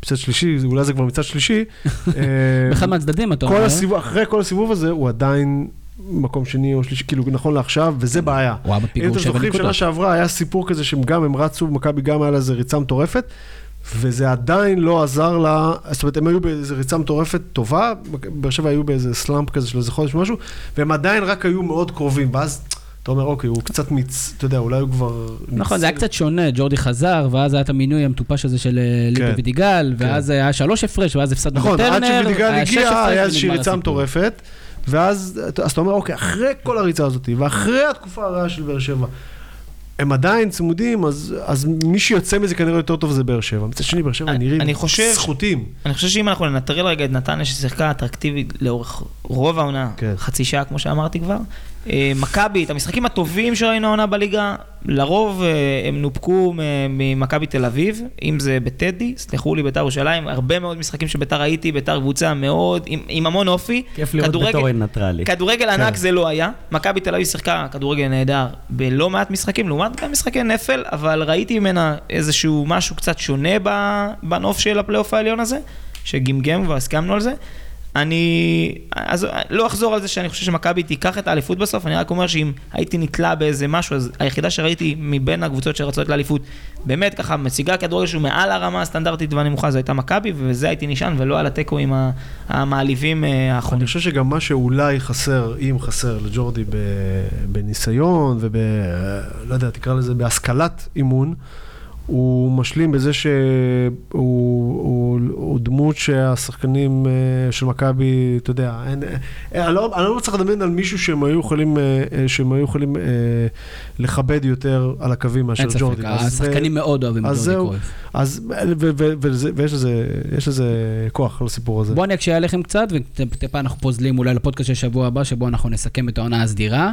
מצד שלישי, אולי זה כבר מצד שלישי. באחד מהצדדים, אתה אומר. אחרי כל הסיבוב הזה, הוא עדיין מקום שני או שלישי, כאילו נכון לעכשיו, וזה בעיה. הוא היה בפיגור 7 נקודות. שנה שעברה היה סיפור כזה שגם הם רצו, מכבי גם היה לזה ריצה מטורפת, וזה עדיין לא עזר לה, זאת אומרת, הם היו באיזו ריצה מטורפת טובה, באר שבע היו באיזה סלאמפ כזה של איזה חודש משהו, והם עדיין רק היו מאוד קרובים, ואז אתה אומר, אוקיי, הוא קצת אתה יודע, אולי הוא כבר... נכון, זה היה קצת שונה, ג'ורדי חזר, ואז היה את המינוי המטופש הזה של ליטו ודיגל, ואז היה 3 הפרש, ואז הפסדנו בטרנר. נכון, עד שווידיגל הגיע, היה איזושהי ריצה מטורפת, ואז אתה אומר, אוקיי, אחרי כל הריצה הזאת, ואחרי התקופה הרעה של באר שבע, הם עדיין צמודים, אז מי שיוצא מזה כנראה יותר טוב זה באר שבע. מצד שני, באר שבע נראים זכותים. אני חושב שאם אנחנו נטרל רגע את נתניה ששיחקה אטרקטיבית לאורך רוב העונה, חצי שעה כמו שאמרתי כבר, מכבי, את המשחקים הטובים שראינו העונה בליגה, לרוב הם נופקו ממכבי תל אביב, אם זה בטדי, סלחו לי בית"ר ירושלים, הרבה מאוד משחקים שבית"ר ראיתי, בית"ר קבוצה מאוד, עם המון אופי. כיף לראות בתור נטרלי. כדורגל ענק זה לא היה, מכבי תל אביב שיחקה כדורגל נהדר בלא מעט משחקים, לעומת גם משחקי נפל, אבל ראיתי ממנה איזשהו משהו קצת שונה בנוף של הפלייאוף העליון הזה, שגמגם והסכמנו על זה. אז לא אחזור על זה שאני חושב שמכבי תיקח את האליפות בסוף, אני רק אומר שאם הייתי נתלה באיזה משהו, אז היחידה שראיתי מבין הקבוצות שרצות לאליפות, באמת ככה מציגה כדורגל שהוא מעל הרמה הסטנדרטית והנמוכה, זו הייתה מכבי, וזה הייתי נשען, ולא על הטקו עם המעליבים האחרונים. אני חושב שגם מה שאולי חסר, אם חסר לג'ורדי בניסיון, לא יודע, תקרא לזה בהשכלת אימון, הוא משלים בזה שהוא דמות שהשחקנים של מכבי, אתה יודע, אני לא צריך לדמיין על מישהו שהם היו יכולים לכבד יותר על הקווים מאשר ג'ורדי. אין ספק, השחקנים מאוד אוהבים את ג'ורדי קרויף. ויש לזה כוח לסיפור הזה. בואו אני אקשיב עליכם קצת, וטיפה אנחנו פוזלים אולי לפודקאסט של שבוע הבא, שבו אנחנו נסכם את העונה הסדירה.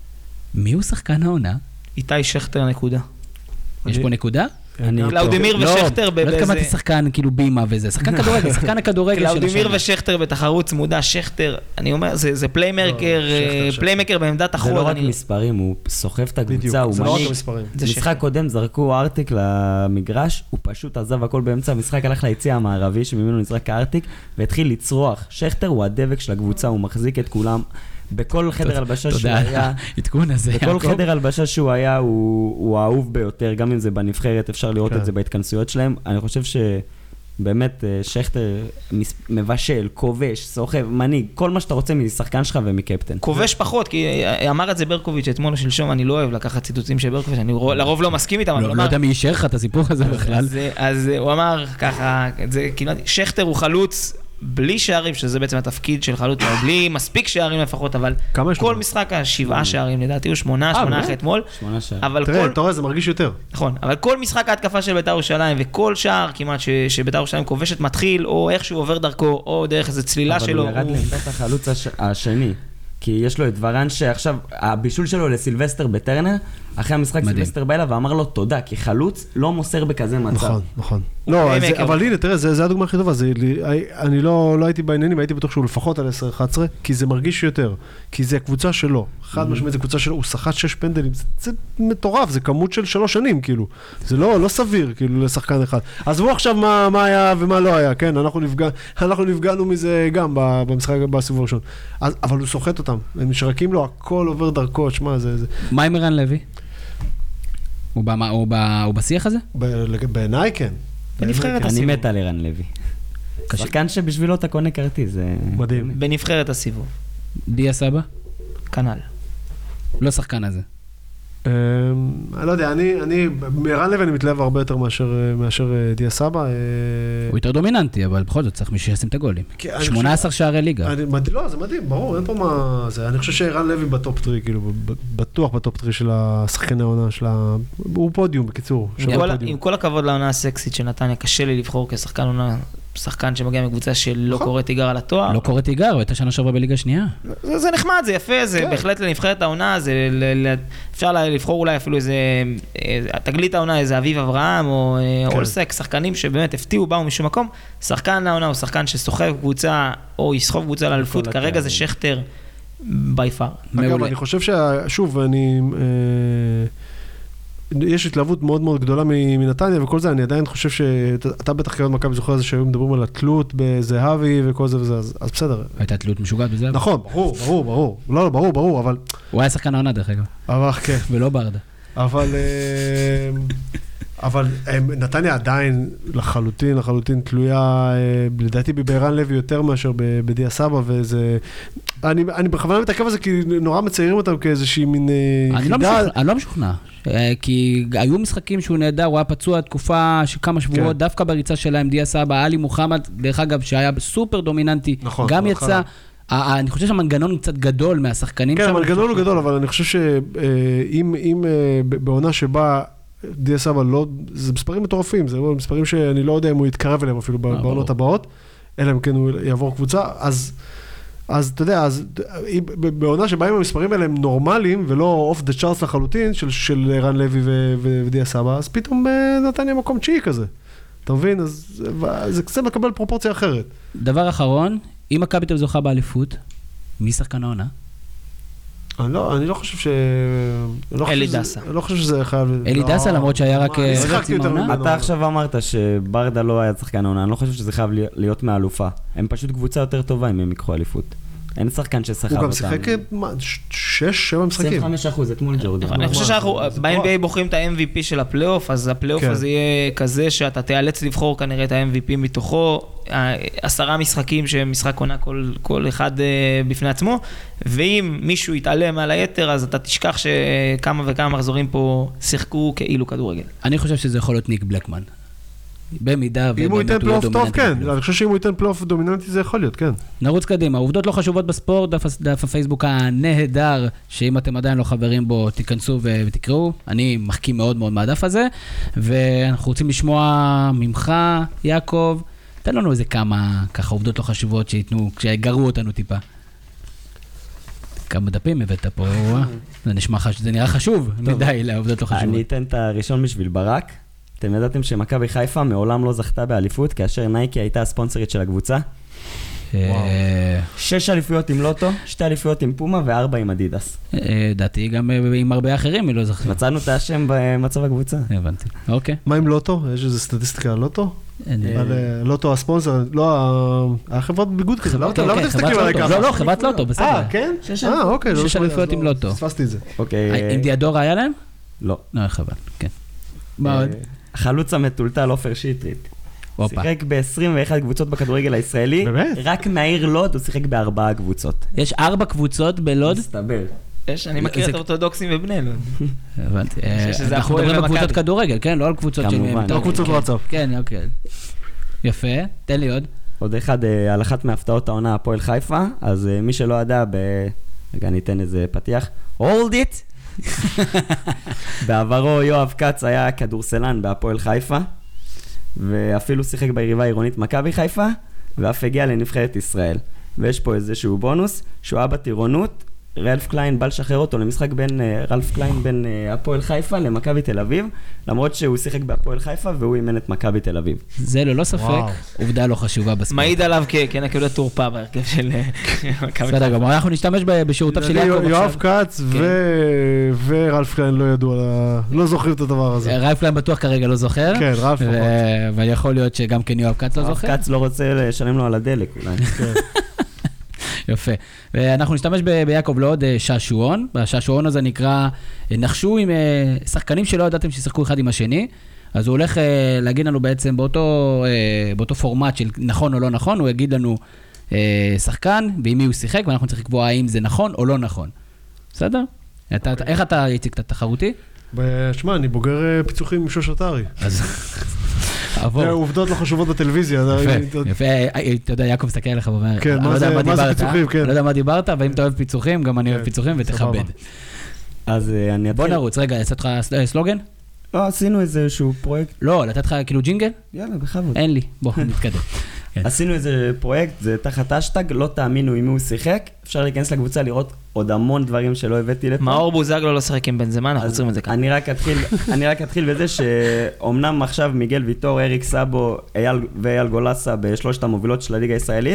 מי הוא שחקן העונה? איתי שכטר נקודה. יש פה נקודה? קלאודימיר ושכטר לא התכוונתי שחקן כאילו בימה וזה, שחקן כדורגל, שחקן הכדורגל של השנה. קלאודימיר ושכטר בתחרות צמודה, שכטר, אני אומר, זה פליימקר בעמדת החוד. זה לא רק מספרים, הוא סוחב את הקבוצה, הוא מנהיג. משחק קודם זרקו ארטיק למגרש, הוא פשוט עזב הכל באמצע, המשחק הלך ליציע המערבי שממנו נזרק הארטיק, והתחיל לצרוח. שכטר הוא הדבק של הקבוצה, הוא מחזיק את כולם. בכל חדר הלבשה שהוא היה, בכל חדר הלבשה שהוא היה, הוא האהוב ביותר, גם אם זה בנבחרת, אפשר לראות את זה בהתכנסויות שלהם. אני חושב שבאמת שכטר מבשל, כובש, סוחב, מנהיג, כל מה שאתה רוצה משחקן שלך ומקפטן. כובש פחות, כי אמר את זה ברקוביץ' אתמול או שלשום, אני לא אוהב לקחת ציטוטים של ברקוביץ', אני לרוב לא מסכים איתם. לא יודע מי אישר לך את הסיפור הזה בכלל. אז הוא אמר ככה, שכטר הוא חלוץ, בלי שערים, שזה בעצם התפקיד של חלוץ, בלי מספיק שערים לפחות, אבל כל משחק 7 שערים, לדעתי הוא 8 אחרי אתמול. תראה, אתה רואה, זה מרגיש יותר. נכון, אבל כל משחק ההתקפה של בית"ר ירושלים, וכל שער כמעט שבית"ר ירושלים כובשת מתחיל, או איכשהו עובר דרכו, או דרך איזו צלילה שלו. אבל הוא ירד לעמדת החלוץ השני. כי יש לו את ורן שעכשיו, הבישול שלו לסילבסטר בטרנר, אחרי המשחק סילבסטר בא אליו ואמר לו תודה, כי חלוץ לא מוסר בכזה מצב. נכון, נכון. לא, אבל הנה, תראה, זה הדוגמה הכי טובה, אני לא הייתי בעניינים, הייתי בטוח שהוא לפחות על 10-11, כי זה מרגיש יותר, כי זה הקבוצה שלו, חד משמעית זה קבוצה שלו, הוא שחט 6 פנדלים, זה מטורף, זה כמות של 3 שנים, כאילו, זה לא סביר, כאילו, לשחקן אחד. אז בואו עכשיו מה היה ומה לא היה, כן, אנחנו נפגענו מזה גם במשחק, בסיבוב הראשון. אבל הוא סוחט אותם, הם משרקים לו, הכל עובר דרכו, שמה, זה... מה עם ערן לוי? הוא בשיח הזה? בעיניי כן. בנבחרת הסיבוב. אני מת על ערן לוי. שחקן שבשבילו אתה קונה כרטיס, זה... מדהים. בנבחרת הסיבוב. דיה סבא? כנ"ל. לא שחקן הזה. אני לא יודע, מערן לוי אני מתלהב הרבה יותר מאשר דיה סבא. הוא יותר דומיננטי, אבל בכל זאת צריך מישהו שישים את הגולים. 18 שערי ליגה. לא, זה מדהים, ברור, אין פה מה זה. אני חושב שערן לוי בטופ 3, כאילו, בטוח בטופ 3 של השחקני העונה, הוא פודיום, בקיצור. עם כל הכבוד לעונה הסקסית של נתניה, קשה לי לבחור כשחקן עונה, שחקן שמגיע מקבוצה שלא קורא תיגר על התואר. לא קורא תיגר, הייתה שנה שעברה בליגה שנייה. זה נחמד, זה יפה, זה בהחלט לנבחרת העונה, אפשר לבחור אולי אפילו איזה, תגלית העונה, איזה אביב אברהם, או אולסק, שחקנים שבאמת הפתיעו, באו משום מקום. שחקן העונה הוא שחקן שסוחב קבוצה, או יסחוב קבוצה לאליפות, כרגע זה שכטר by far. אגב, אני חושב שוב, יש התלהבות מאוד מאוד גדולה מנתניה וכל זה, אני עדיין חושב שאתה בטח כאוהד מכבי זוכר על זה שהיו מדברים על התלות בזהבי וכל זה וזה, אז בסדר. הייתה תלות משוגעת בזהבי. נכון, ברור. לא, ברור, אבל... הוא היה שחקן העונה דרך אגב. אבל כן. ולא ברדה. אבל נתניה עדיין לחלוטין תלויה, לדעתי בבערן לוי יותר מאשר בדיה סבא, וזה... אני בכוונה מתעכב על זה, כי נורא מציירים אותם כאיזושהי מין יחידה. אני לא משוכנע, כי היו משחקים שהוא נהדר, הוא היה פצוע תקופה של כמה שבועות, דווקא בריצה שלהם, דיה סבא, עלי מוחמד, דרך אגב, שהיה סופר דומיננטי, גם יצא... אני חושב שהמנגנון קצת גדול מהשחקנים. כן, המנגנון הוא גדול, אבל אני חושב שאם בעונה שבה דיה סבא לא, זה מספרים מטורפים, זה מספרים שאני לא יודע אם הוא יתקרב אליהם אפילו בעונות הבאות, אלא אם כן הוא יעבור קבוצה, אז אתה יודע, בעונה שבה המספרים האלה הם נורמליים, ולא אוף דה צ'ארס לחלוטין, של ערן לוי ודיה סבא, אז פתאום נתניה מקום תשיעי כזה. אתה מבין? אז זה קצת מקבל פרופורציה אחרת. דבר אחרון, אם מכבי תל אביב זוכה באליפות, מי שחקן העונה? אני לא חושב ש... אלי דסה. אני לא חושב שזה חייב... אלי דסה, למרות שהיה רק... אתה עכשיו אמרת שברדה לא היה שחקן העונה, אני לא חושב שזה חייב להיות מהאלופה. הם פשוט קבוצה יותר טובה אם הם יקחו אליפות. אין שחקן ששחק אותם. הוא גם שיחק 6-7 משחקים. 25%, אתמול ג'ורדן. אני חושב שאנחנו ב-NBA בוחרים את ה-MVP של הפלייאוף, אז הפלייאוף הזה יהיה כזה שאתה תיאלץ לבחור כנראה את ה-MVP מתוכו, 10 משחקים שהם משחק עונה כל אחד בפני עצמו, ואם מישהו יתעלם מעל היתר, אז אתה תשכח שכמה וכמה מחזורים פה שיחקו כאילו כדורגל. אני חושב שזה יכול להיות ניק בלקמן. במידה אם הוא ייתן פלייאוף טוב, כן. אני חושב שאם הוא ייתן פלייאוף דומיננטי, זה יכול להיות, כן. נרוץ קדימה. העובדות לא חשובות בספורט, דף הפייסבוק הנהדר, שאם אתם עדיין לא חברים בו, תיכנסו ותקראו. אני מחכים מאוד מאוד מהדף הזה, ואנחנו רוצים לשמוע ממך, יעקב, תן לנו איזה כמה, ככה, עובדות לא חשובות שיתנו, שיגרו אותנו טיפה. כמה דפים הבאת פה, זה נראה חשוב, מדי לעובדות לא חשובות. אני אתן את הראשון בשביל ברק. אתם ידעתם שמכבי חיפה מעולם לא זכתה באליפות, כאשר נייקי הייתה הספונסרית של הקבוצה? 6 אליפויות עם לוטו, 2 אליפויות עם פומה ו4 עם אדידס. דעתי גם עם הרבה אחרים היא לא זכתה. מצאנו את השם במצב הקבוצה. הבנתי, אוקיי. מה עם לוטו? יש איזו סטטיסטיקה על לוטו? לוטו הספונסר, לא החברת ביגוד כזה. למה תסתכלים עליי ככה? לא, חברת לוטו, בסדר. כן? אוקיי. 6 אליפויות עם לוטו. פספסתי את זה. עם דיאדורה היה להם? לא. לא, חבל, כן. מה עוד? החלוץ המטולטל עופר שטרית. שיחק ב-21 קבוצות בכדורגל הישראלי. באמת? רק מהעיר לוד הוא שיחק ב4 קבוצות. יש 4 קבוצות בלוד? מסתבר. אני מכיר את האורתודוקסים ובני לוד. הבנתי. אנחנו מדברים בקבוצות כדורגל, כן? לא על קבוצות כמובן. לא קבוצות וואטסאפ. כן, אוקיי. יפה, תן לי עוד. עוד אחד, על אחת מהפתעות העונה הפועל חיפה, אז מי שלא ידע, רגע, אני אתן איזה פתיח. Hold it! בעברו יואב קץ היה כדורסלן בהפועל חיפה, ואפילו שיחק ביריבה העירונית מכבי חיפה, ואף הגיע לנבחרת ישראל. ויש פה איזשהו בונוס, שהוא היה בטירונות, רלף קליין בא לשחרר אותו למשחק בין רלף קליין בין הפועל חיפה למכבי תל אביב, למרות שהוא שיחק בהפועל חיפה והוא אימן את מכבי תל אביב. זה ללא ספק, עובדה לא חשובה בספורט. מעיד עליו כנקודת תורפה בהרכב של מכבי חיפה. בסדר, גם אנחנו נשתמש בשירותיו של יעקב עכשיו. יואב קץ ורלף קליין לא ידעו, לא זוכרים את הדבר הזה. רלף קליין בטוח כרגע לא זוכר. כן, רלף פחות. ויכול להיות שגם כן יואב קץ לא זוכר. יואב קץ לא רוצה לשלם לו על הדלק אולי. יפה. ואנחנו נשתמש ביעקב לעוד שעשועון. בשעשועון הזה נקרא, נחשו עם שחקנים שלא ידעתם שישחקו אחד עם השני. אז הוא הולך להגיד לנו בעצם באותו פורמט של נכון או לא נכון, הוא יגיד לנו שחקן ועם מי הוא שיחק, ואנחנו צריכים לקבוע האם זה נכון או לא נכון. בסדר? איך אתה יציג את התחרותי? שמע, אני בוגר פיצוחים עם שוש אתרי. אז... עובדות לא חשובות בטלוויזיה. יפה, אתה יודע, יעקב מסתכל עליך ואומר, כן, מה זה פיצוחים, כן. לא יודע מה דיברת, ואם אתה אוהב פיצוחים, גם אני אוהב פיצוחים ותכבד. אז אני אתחיל. בוא נרוץ, רגע, יצאת לך סלוגן? לא, עשינו איזשהו פרויקט. לא, לתת לך כאילו ג'ינגל? יאללה, בכבוד. אין לי, בוא, נתקדם. עשינו איזה פרויקט, זה תחת השטג, לא תאמינו עם מי הוא שיחק, אפשר להיכנס לקבוצה לראות עוד המון דברים שלא הבאתי לפה. מאור בוזגלו לא שחק עם בנזמה, אנחנו עוצרים את זה כאן. אני רק אתחיל בזה שאומנם עכשיו מיגל ויטור, אריק סאבו ואייל גולסה בשלושת המובילות של הליגה הישראלית,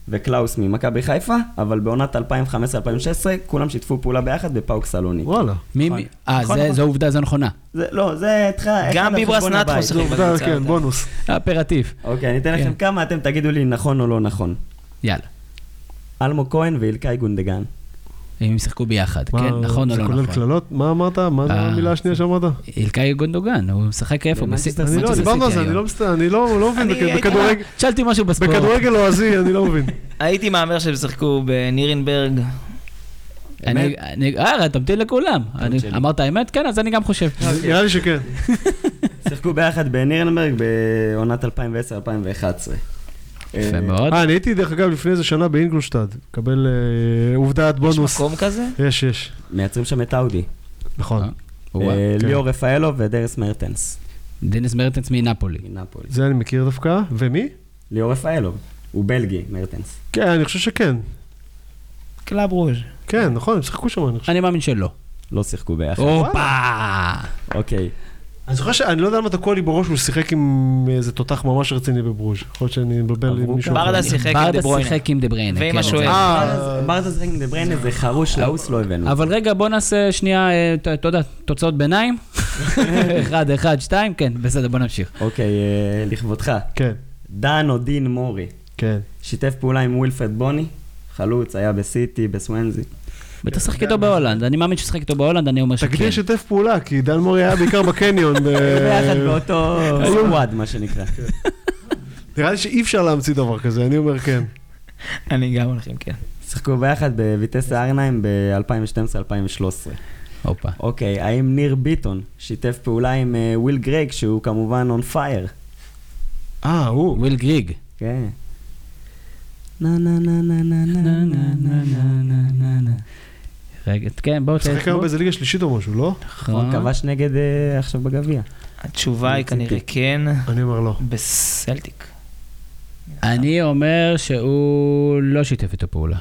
וקלאוס ממכבי חיפה, אבל בעונת 2015-2016 כולם שיתפו פעולה ביחד בפאוק סלוני. וואלה. זו עובדה, זו נכונה. לא, זה גם ביברס נטחו שיחק בקבוצה. כן, בונוס. אפרטיב. אוקיי, אני אתן לכם כמה, אתם תגידו לי נכון או לא נכון. יאללה. אלמו כהן ואילקאי גונדגן. אם הם שיחקו ביחד, כן, נכון או לא זה כולל נכון. קללות? מה אמרת? מה המילה השנייה שאמרת? אילקאי גונדוגן, הוא משחק איפה? אני לא, דיברנו על זה, אני לא מבין בכדורגל. שאלתי משהו בספורט. בכדורגל לועזי, אני לא מבין. הייתי מאמר שהם שיחקו בנירנברג. תמתין לכולם. אמרת האמת? כן, אז אני גם חושב. נראה לי שכן. שיחקו ביחד בנירנברג בעונת 2010-2011. יפה מאוד. אני הייתי דרך אגב לפני איזה שנה באינגלושטד, קבל עובדת בונוס. יש מקום כזה? יש. מייצרים שם את אאודי. נכון. ליאור רפאלו ודריס מרטנס. דניס מרטנס מנפולי. זה אני מכיר דווקא. ומי? ליאור רפאלו. הוא בלגי, מרטנס. כן, אני חושב שכן. קלאב רוז'. כן, נכון, הם שיחקו שם. אני מאמין שלא. לא שיחקו ביחד. אופה! אוקיי. אני זוכר שאני לא יודע למה תקוע לי בראש, הוא שיחק עם איזה תותח ממש רציני בברוז'. יכול להיות שאני מבלבל עם מישהו. ברדה שיחק עם דה בריינה. שיחק עם דה בריינה. ועם השואל. ברדה שיחק עם דה בריינה, זה חרוש לעוס, לא הבאנו. אבל רגע, בוא נעשה שנייה, אתה יודע, תוצאות ביניים. 1, 2, כן, בסדר, בוא נמשיך. אוקיי, לכבודך. כן. דן או דין מורי. כן. שיתף פעולה עם ווילפרד בוני. חלוץ, היה בסיטי, בסוונזי. ואתה שחק איתו בהולנד, אני מאמין ששחק איתו בהולנד, אני אומר שכן. תגדיר שתף פעולה, כי דן מורי היה בעיקר בקניון. ביחד באותו סקוואד, מה שנקרא. נראה לי שאי אפשר להמציא דבר כזה, אני אומר כן. אני גם הולכים, כן. שיחקו ביחד בויטסה ארנהיים ב-2012-2013. הופה. אוקיי, האם ניר ביטון שיתף פעולה עם וויל גרייג, שהוא כמובן on fire? הוא. וויל גריג. כן. רגע, כן, בואו שחק היום באיזה ליגה שלישית או משהו, לא? הוא כבש נגד עכשיו בגביע. התשובה היא כנראה כן. אני אומר לא. בסלטיק. אני אומר שהוא לא שיתף איתו פעולה.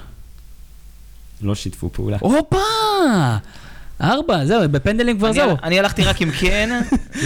לא שיתפו פעולה. הופה! 4, זהו, בפנדלים כבר זהו. אני הלכתי רק עם כן.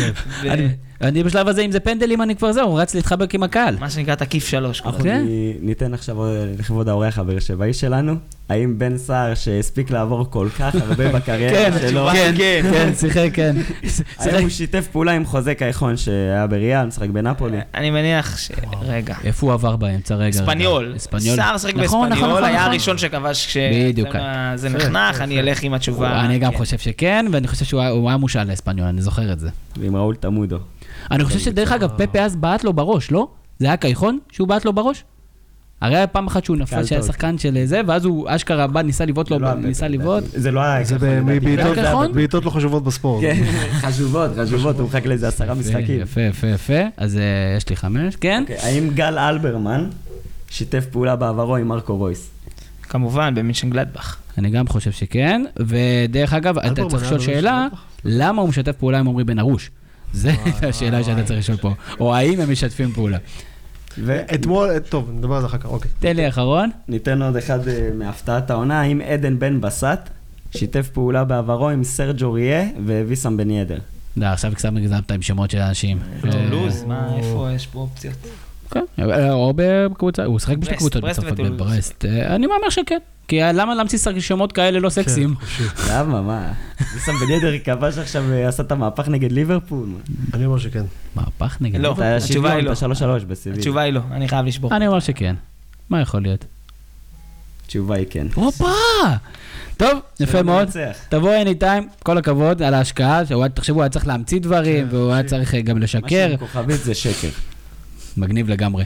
אני בשלב הזה, אם זה פנדלים, אני כבר זהו, רץ להתחבק עם הקהל. מה שנקרא תקיף 3. אנחנו ניתן עכשיו לכבוד האורח הבאר שבעי שלנו. האם בן סער שהספיק לעבור כל כך הרבה בקריירה שלו? כן, שיחק, כן. האם הוא שיתף פעולה עם חוזה קייחון שהיה בריאל, משחק בנפולי? אני מניח רגע. איפה הוא עבר באמצע רגע? אספניול. סער שחק באספניול, היה הראשון שכבש כשזה נחנך, אני אלך עם התשובה. אני גם חושב שכן, ואני חושב שהוא היה מושל לאספניול, אני זוכר את זה. ועם ראול תמודו. אני חושב שדרך אגב, פפה אז בעט לו בראש, לא? זה היה קייחון שהוא בעט לו בראש? הרי היה פעם אחת שהוא נפל שהיה שחקן של זה, ואז הוא אשכרה בא, ניסה לבעוט לו, ניסה לבעוט. זה לא היה... זה בעיטות לא חשובות בספורט. כן, חשובות, הוא מחק לאיזה 10 משחקים. יפה. אז יש לי 5, כן? האם גל אלברמן שיתף פעולה בעברו עם מרקו רויס? כמובן, במינשן גלדבך. אני גם חושב שכן, ודרך אגב, אתה צריך לשאול שאלה, למה הוא משתף פעולה עם עומרי בן ארוש? זו השאלה שאתה צריך לשאול פה. או האם הם משתפים פעולה. אתמול, טוב, נדבר על זה אחר כך, אוקיי. תן לי אחרון. ניתן עוד אחד מהפתעת העונה, האם עדן בן בסט שיתף פעולה בעברו עם סרג'ו ריה וויסם בן ידר? עכשיו קצת מגזמת עם שמות של אנשים. לוז, מה, איפה יש פה אופציות? כן, או בקבוצה, הוא שחק בשתי קבוצות בצרפת בברסט. אני מאמר שכן. כי למה להמציא שמות כאלה לא סקסיים? למה, מה? ויסם בן ידר כבש עכשיו ועשה את המהפך נגד ליברפול. אני אומר שכן. מהפך נגד ליברפול? לא, התשובה היא לא. 3-3 בסיבי. התשובה היא לא, אני חייב לשבור. אני אומר שכן. מה יכול להיות? התשובה היא כן. הופה! טוב, יפה מאוד. תבוא anytime, כל הכבוד על ההשקעה, תחשבו, הוא היה צריך להמציא דברים, והוא היה צריך גם לשקר. מה שכוכבית זה שקר. מגניב לגמרי.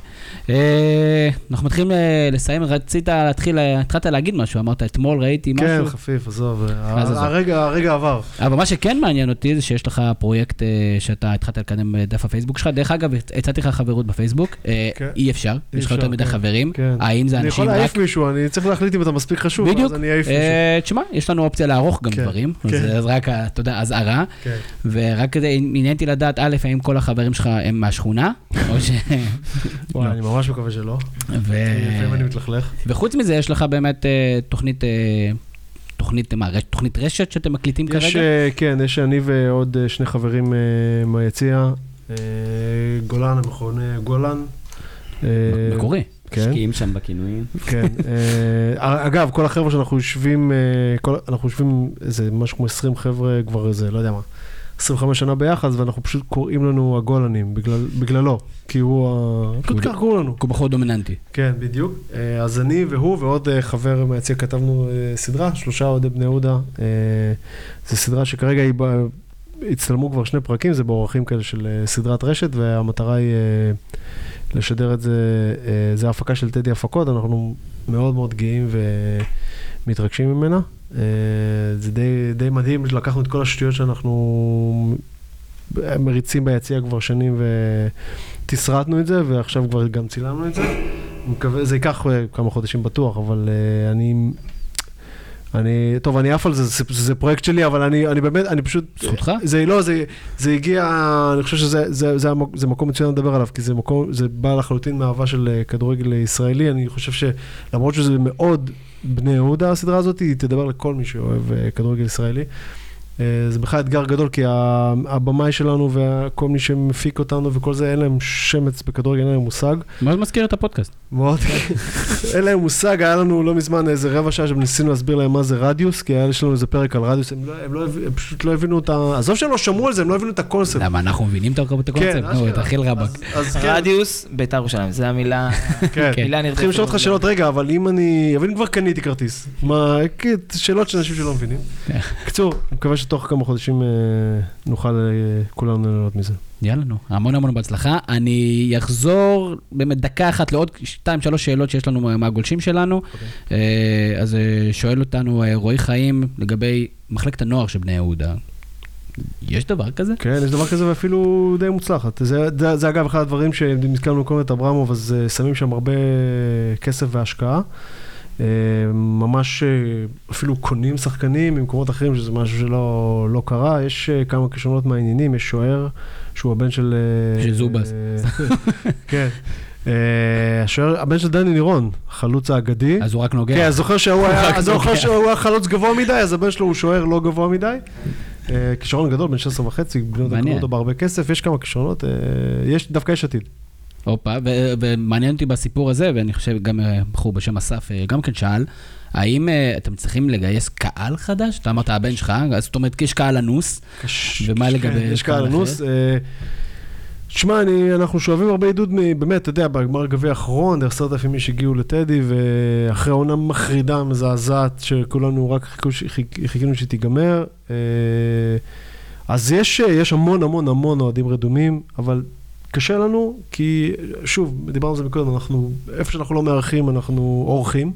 אנחנו מתחילים לסיים, התחלת להגיד משהו, אמרת אתמול ראיתי משהו. כן, חפיף, עזוב, הרגע עבר. אבל מה שכן מעניין אותי זה שיש לך פרויקט שאתה התחלת לקדם בדף הפייסבוק שלך, דרך אגב, הצעתי לך חברות בפייסבוק, אי אפשר, יש לך יותר מדי חברים, האם זה אנשים רק... אני יכול להעיף מישהו, אני צריך להחליט אם אתה מספיק חשוב, אז אני אעיף מישהו. תשמע, יש לנו אופציה לערוך גם דברים, אז רק, אתה יודע, הזערה, ורק כדי, עניינתי לדעת, א', האם כל החברים שלך הם מהשכונה, או ש... וואי, אני ממש מקווה שלא. לפעמים אני מתלכלך. וחוץ מזה, יש לך באמת תוכנית רשת שאתם מקליטים כרגע? כן, יש אני ועוד 2 חברים מהיציע, גולן, המכון גולן. מקורי. כן. משקיעים שם בכינויים. כן. אגב, כל החבר'ה שאנחנו יושבים, אנחנו יושבים איזה משהו כמו 20 חבר'ה, כבר איזה, לא יודע מה, 25 שנה ביחד, ואנחנו פשוט קוראים לנו הגולנים, בגללו, כי הוא, פשוט כך קוראים לנו. הוא בחור דומיננטי. כן, בדיוק. אז אני והוא ועוד חבר מהיציע כתבנו סדרה, 3 אוהדי בני יהודה. זו סדרה שכרגע הצטלמו כבר 2 פרקים, זה באורחים כאלה של סדרת רשת, והמטרה היא לשדר את זה, זה ההפקה של טדי הפקות, אנחנו מאוד מאוד גאים ומתרגשים ממנה. זה די מדהים, לקחנו את כל השטויות שאנחנו מריצים ביציע כבר שנים ותסרטנו את זה, ועכשיו כבר גם צילמנו את זה. זה ייקח כמה חודשים בטוח, אבל טוב, אני עף על זה, זה פרויקט שלי, אבל אני באמת, אני פשוט... זכותך? זה הגיע, אני חושב שזה מקום מצוין לדבר עליו, כי זה בא לחלוטין מאהבה של כדורגל ישראלי, אני חושב שלמרות שזה מאוד בני יהודה, הסדרה הזאת, היא תדבר לכל מי שאוהב כדורגל ישראלי. זה בכלל אתגר גדול, כי הבמאי שלנו וכל מי שמפיק אותנו וכל זה, אין להם שמץ בכדורגל, אין להם מושג. מאוד מזכיר את הפודקאסט. מאוד, אין להם מושג, היה לנו לא מזמן איזה רבע שעה שניסינו להסביר להם מה זה רדיוס, כי היה לנו איזה פרק על רדיוס, הם פשוט לא הבינו את עזוב שהם לא שמעו על זה, הם לא הבינו את הקונספט. למה, אנחנו מבינים את הקונספט? נו, תחיל רבק. רדיוס, בית"ר ירושלים, זה המילה נרדפת. צריכים לשאול אותך שאלות, רגע, אבל אם אני כבר קניתי כרטיס, שאלות של אנשים שלא מבינים. קצור, אני מקווה שתוך כמה חודשים נוכל כולנו לראות מזה. יאללה, נו, המון בהצלחה. אני אחזור באמת דקה אחת לעוד 2-3 שאלות שיש לנו מהגולשים שלנו. אז שואל אותנו רועי חיים לגבי מחלקת הנוער של בני יהודה. יש דבר כזה? כן, יש דבר כזה ואפילו די מוצלחת. זה אגב אחד הדברים שנזכרנו לקרוא את אברמוב, אז שמים שם הרבה כסף והשקעה. ממש אפילו קונים שחקנים ממקומות אחרים, שזה משהו שלא קרה. יש כמה כישרונות מעניינים, יש שוער, שהוא הבן של... של זובס. כן. הבן של דני נירון, חלוץ האגדי. אז הוא רק נוגע. כן, אז זוכר שהוא היה חלוץ גבוה מדי, אז הבן שלו הוא שוער לא גבוה מדי. כישרון גדול, בן 16 וחצי, בני יהודה קנו אותו בהרבה כסף, יש כמה כישרונות, דווקא יש עתיד. אופה, ומעניין אותי בסיפור הזה, ואני חושב גם בחור בשם אסף גם כן שאל, האם אתם צריכים לגייס קהל חדש? אתה אמרת הבן שלך, זאת אומרת, יש קהל אנוס, ומה לגבי קהל אחר? יש קהל אנוס. תשמע, אנחנו שואבים הרבה עידוד, באמת, אתה יודע, בגמר גביע האחרון, 10,000 איש הגיעו לטדי, ואחרי העונה מחרידה, מזעזעת, שכולנו רק חיכינו שתיגמר. אז יש המון אוהדים רדומים, אבל קשה לנו, כי שוב, דיברנו על זה מקודם, איפה שאנחנו לא מארחים, אנחנו אורחים.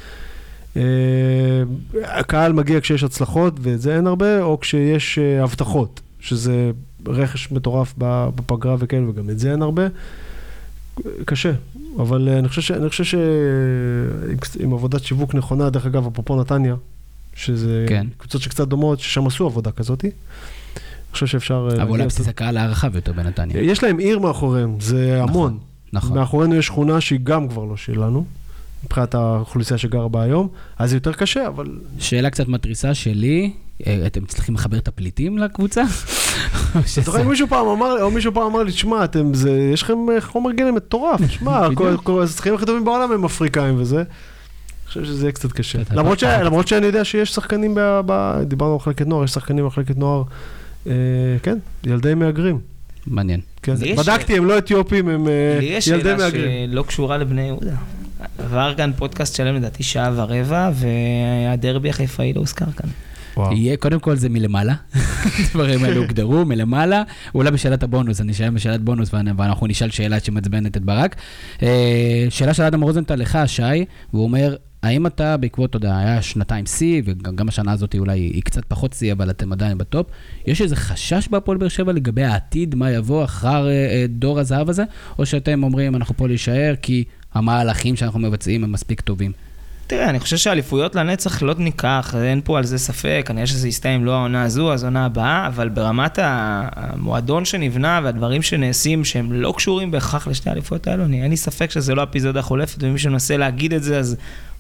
הקהל מגיע כשיש הצלחות, וזה אין הרבה, או כשיש הבטחות, שזה רכש מטורף בפגרה וכאלה, וגם את זה אין הרבה. קשה, אבל אני חושב שעם עבודת שיווק נכונה, דרך אגב, אפרופו נתניה, שזה קבוצות שקצת דומות, ששם עשו עבודה כזאת, אני חושב שאפשר... אבל אולי בסיס הקהל הרחב יותר בנתניה. יש להם עיר מאחוריהם, זה המון. נכון. מאחורינו יש שכונה שהיא גם כבר לא שלנו, מבחינת האוכלוסייה שגרה בה היום, אז זה יותר קשה, אבל... שאלה קצת מטריסה שלי, אתם צריכים לחבר את הפליטים לקבוצה? אתה רואה, מישהו פעם אמר לי, תשמע, יש לכם חומר גלם מטורף, תשמע, השחקנים הכי טובים בעולם הם אפריקאים וזה. אני חושב שזה יהיה קצת קשה. למרות שאני יודע שיש שחקנים, דיברנו על מחלקת נוער, יש שחקנים במחלקת נוער, כן, ילדי מהגרים. מעניין. בדקתי, הם לא אתיופים, הם ילדי מהגרים. לי יש שאלה שלא קשורה לבני יהודה. עבר כאן פודקאסט שלם לדעתי 1.25 שעה, והדרבי החיפאי לא הוזכר כאן. יהיה, קודם כל זה מלמעלה, דברים האלה הוגדרו מלמעלה, אולי בשאלת הבונוס, אני אשאל בשאלת בונוס, ואנחנו נשאל שאלה שמצבנת את ברק. שאלה של אדם רוזנטל לך, שי, והוא אומר, האם אתה בעקבות, אתה יודע, היה 2 שיא, וגם השנה הזאת אולי היא קצת פחות שיא, אבל אתם עדיין בטופ, יש איזה חשש בהפועל באר שבע לגבי העתיד, מה יבוא אחר דור הזהב הזה, או שאתם אומרים, אנחנו פה להישאר, כי המהלכים שאנחנו מבצעים הם מספיק טובים? תראה, אני חושב שהאליפויות לנצח לא ניקח, אין פה על זה ספק, אני חושב שזה יסתיים לא העונה הזו, אז העונה הבאה, אבל ברמת המועדון שנבנה והדברים שנעשים שהם לא קשורים בהכרח לשתי האליפויות האלו, אין לי ספק שזה לא האפיזודה החולפת, ומי שמנסה להגיד את זה, אז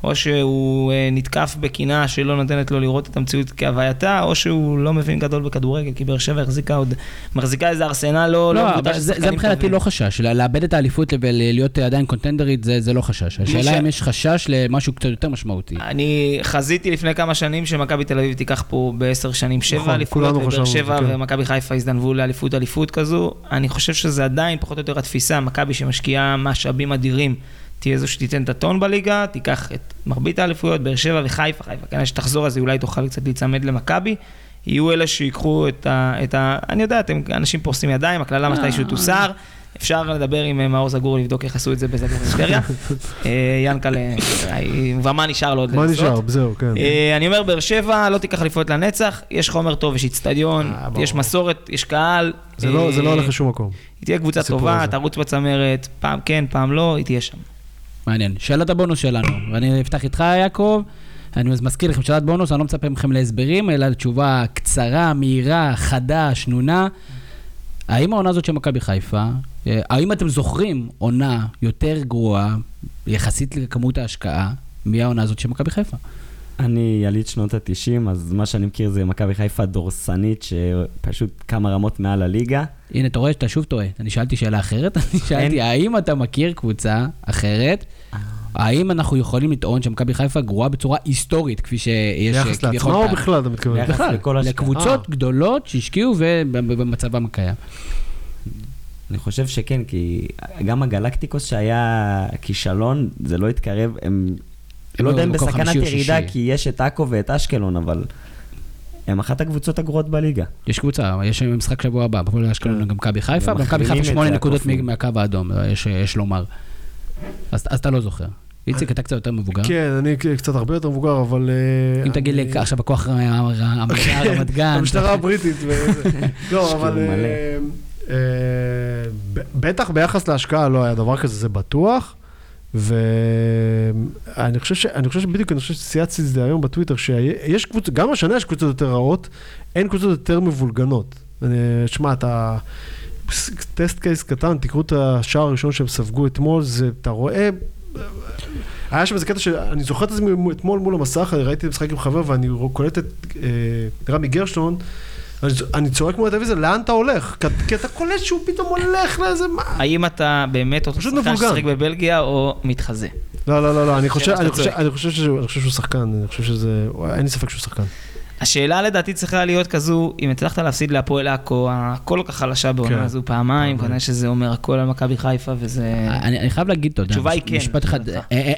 או שהוא נתקף בקינה שלא נותנת לו לראות את המציאות כהווייתה, או שהוא לא מבין גדול בכדורגל, כי באר שבע מחזיקה איזה ארסנל לא זה מבחינתי לא חשש, לאבד את האליפות ולהיות עדיין קונטנדרית, זה לא חשש. השאלה אם יש חשש למשהו קצת יותר משמעותי. אני חזיתי לפני כמה שנים שמכבי תל אביב תיקח פה ב10 שנים 7 אליפויות, ובאר שבע ומכבי חיפה הזדנבו לאליפות כזו. אני חושב שזה עדיין פחות או יותר התפיסה, מכבי שמשקיעה משאבים אדירים, תהיה זו שתיתן את הטון בליגה, תיקח את מרבית האליפויות, באר שבע וחיפה, כן, שתחזור, אז אולי תוכל קצת להצמד למכבי, יהיו אלה שיקחו אני יודע, אנשים פה עושים ידיים, הכללה מתישהו תוסר, אפשר לדבר עם מאור זגור, לבדוק איך עשו את זה בזגור היסטריה. ינקל, ומה נשאר לו עוד לנסות? מה נשאר? זהו, כן. אני אומר, באר שבע לא תיקח אליפויות לנצח, יש חומר טוב, יש אצטדיון, יש מסורת, יש קהל. זה לא הולך לשום מקום. היא תהיה קבוצה טובה, תרוץ בצמרת, פעם כן, פעם לא, היא תהיה שם. מעניין. שאלת הבונוס שלנו, ואני אפתח איתך, יעקב. אני מזכיר לכם שאלת בונוס, אני לא מצפה מכם להסברים, אלא לתשובה קצרה, מהירה, חדה, שנונה. האם העונה הזאת של מכבי חיפה, האם אתם זוכרים עונה יותר גרועה, יחסית לכמות ההשקעה, מהעונה הזאת של מכבי חיפה? אני יליד שנות ה-90, אז מה שאני מכיר זה מכבי חיפה דורסנית, שפשוט כמה רמות מעל הליגה. הנה, אתה רואה שאתה שוב טועה. אני שאלתי שאלה אחרת, אני שאלתי, האם אתה מכיר קבוצה אחרת? האם אנחנו יכולים לטעון שמכבי חיפה גרועה בצורה היסטורית, כפי שיש... ביחס לעצמה או בכלל, אתה מתכוון? בכלל, לקבוצות גדולות שהשקיעו ובמצבם הקיים. אני חושב שכן, כי גם הגלקטיקוס שהיה כישלון, זה לא התקרב, הם לא יודעים בסכנת ירידה, כי יש את אקו ואת אשקלון, אבל הם אחת הקבוצות הגרועות בליגה. יש קבוצה, יש משחק שבוע הבא, בפועל אשקלון גם מכבי חיפה, ומכבי חיפה 8 נקודות מהקו האדום, יש לומר. אז אתה לא זוכר. איציק, אתה קצת יותר מבוגר? כן, אני קצת הרבה יותר מבוגר, אבל... אם תגיד לי עכשיו בכוח רמת גן... המשטרה הבריטית. לא, אבל... בטח ביחס להשקעה לא היה דבר כזה, זה בטוח. ואני חושב שבדיוק, אני חושב שצייצתי את זה היום בטוויטר, שיש קבוצות, גם השנה יש קבוצות יותר רעות, אין קבוצות יותר מבולגנות. תשמע, אתה... טסט קייס קטן, תקראו את השער הראשון שהם ספגו אתמול, זה, אתה רואה, היה שם איזה קטע שאני זוכר את זה אתמול מול המסך, אני ראיתי משחק עם חבר ואני קולט את רמי גרשטון, אני צועק מול הטלוויזיה, לאן אתה הולך? כי אתה קולט שהוא פתאום הולך לאיזה... האם אתה באמת אותו שחקן ששחק בבלגיה או מתחזה? לא, אני חושב שהוא שחקן, אני חושב שזה, אין לי ספק שהוא שחקן. השאלה לדעתי צריכה להיות כזו, אם הצלחת להפסיד להפועל עכו, הכל כך חלשה בעונה הזו פעמיים, כנראה שזה אומר הכל על מכבי חיפה, וזה... אני חייב להגיד, אתה יודע, התשובה היא כן. משפט אחד,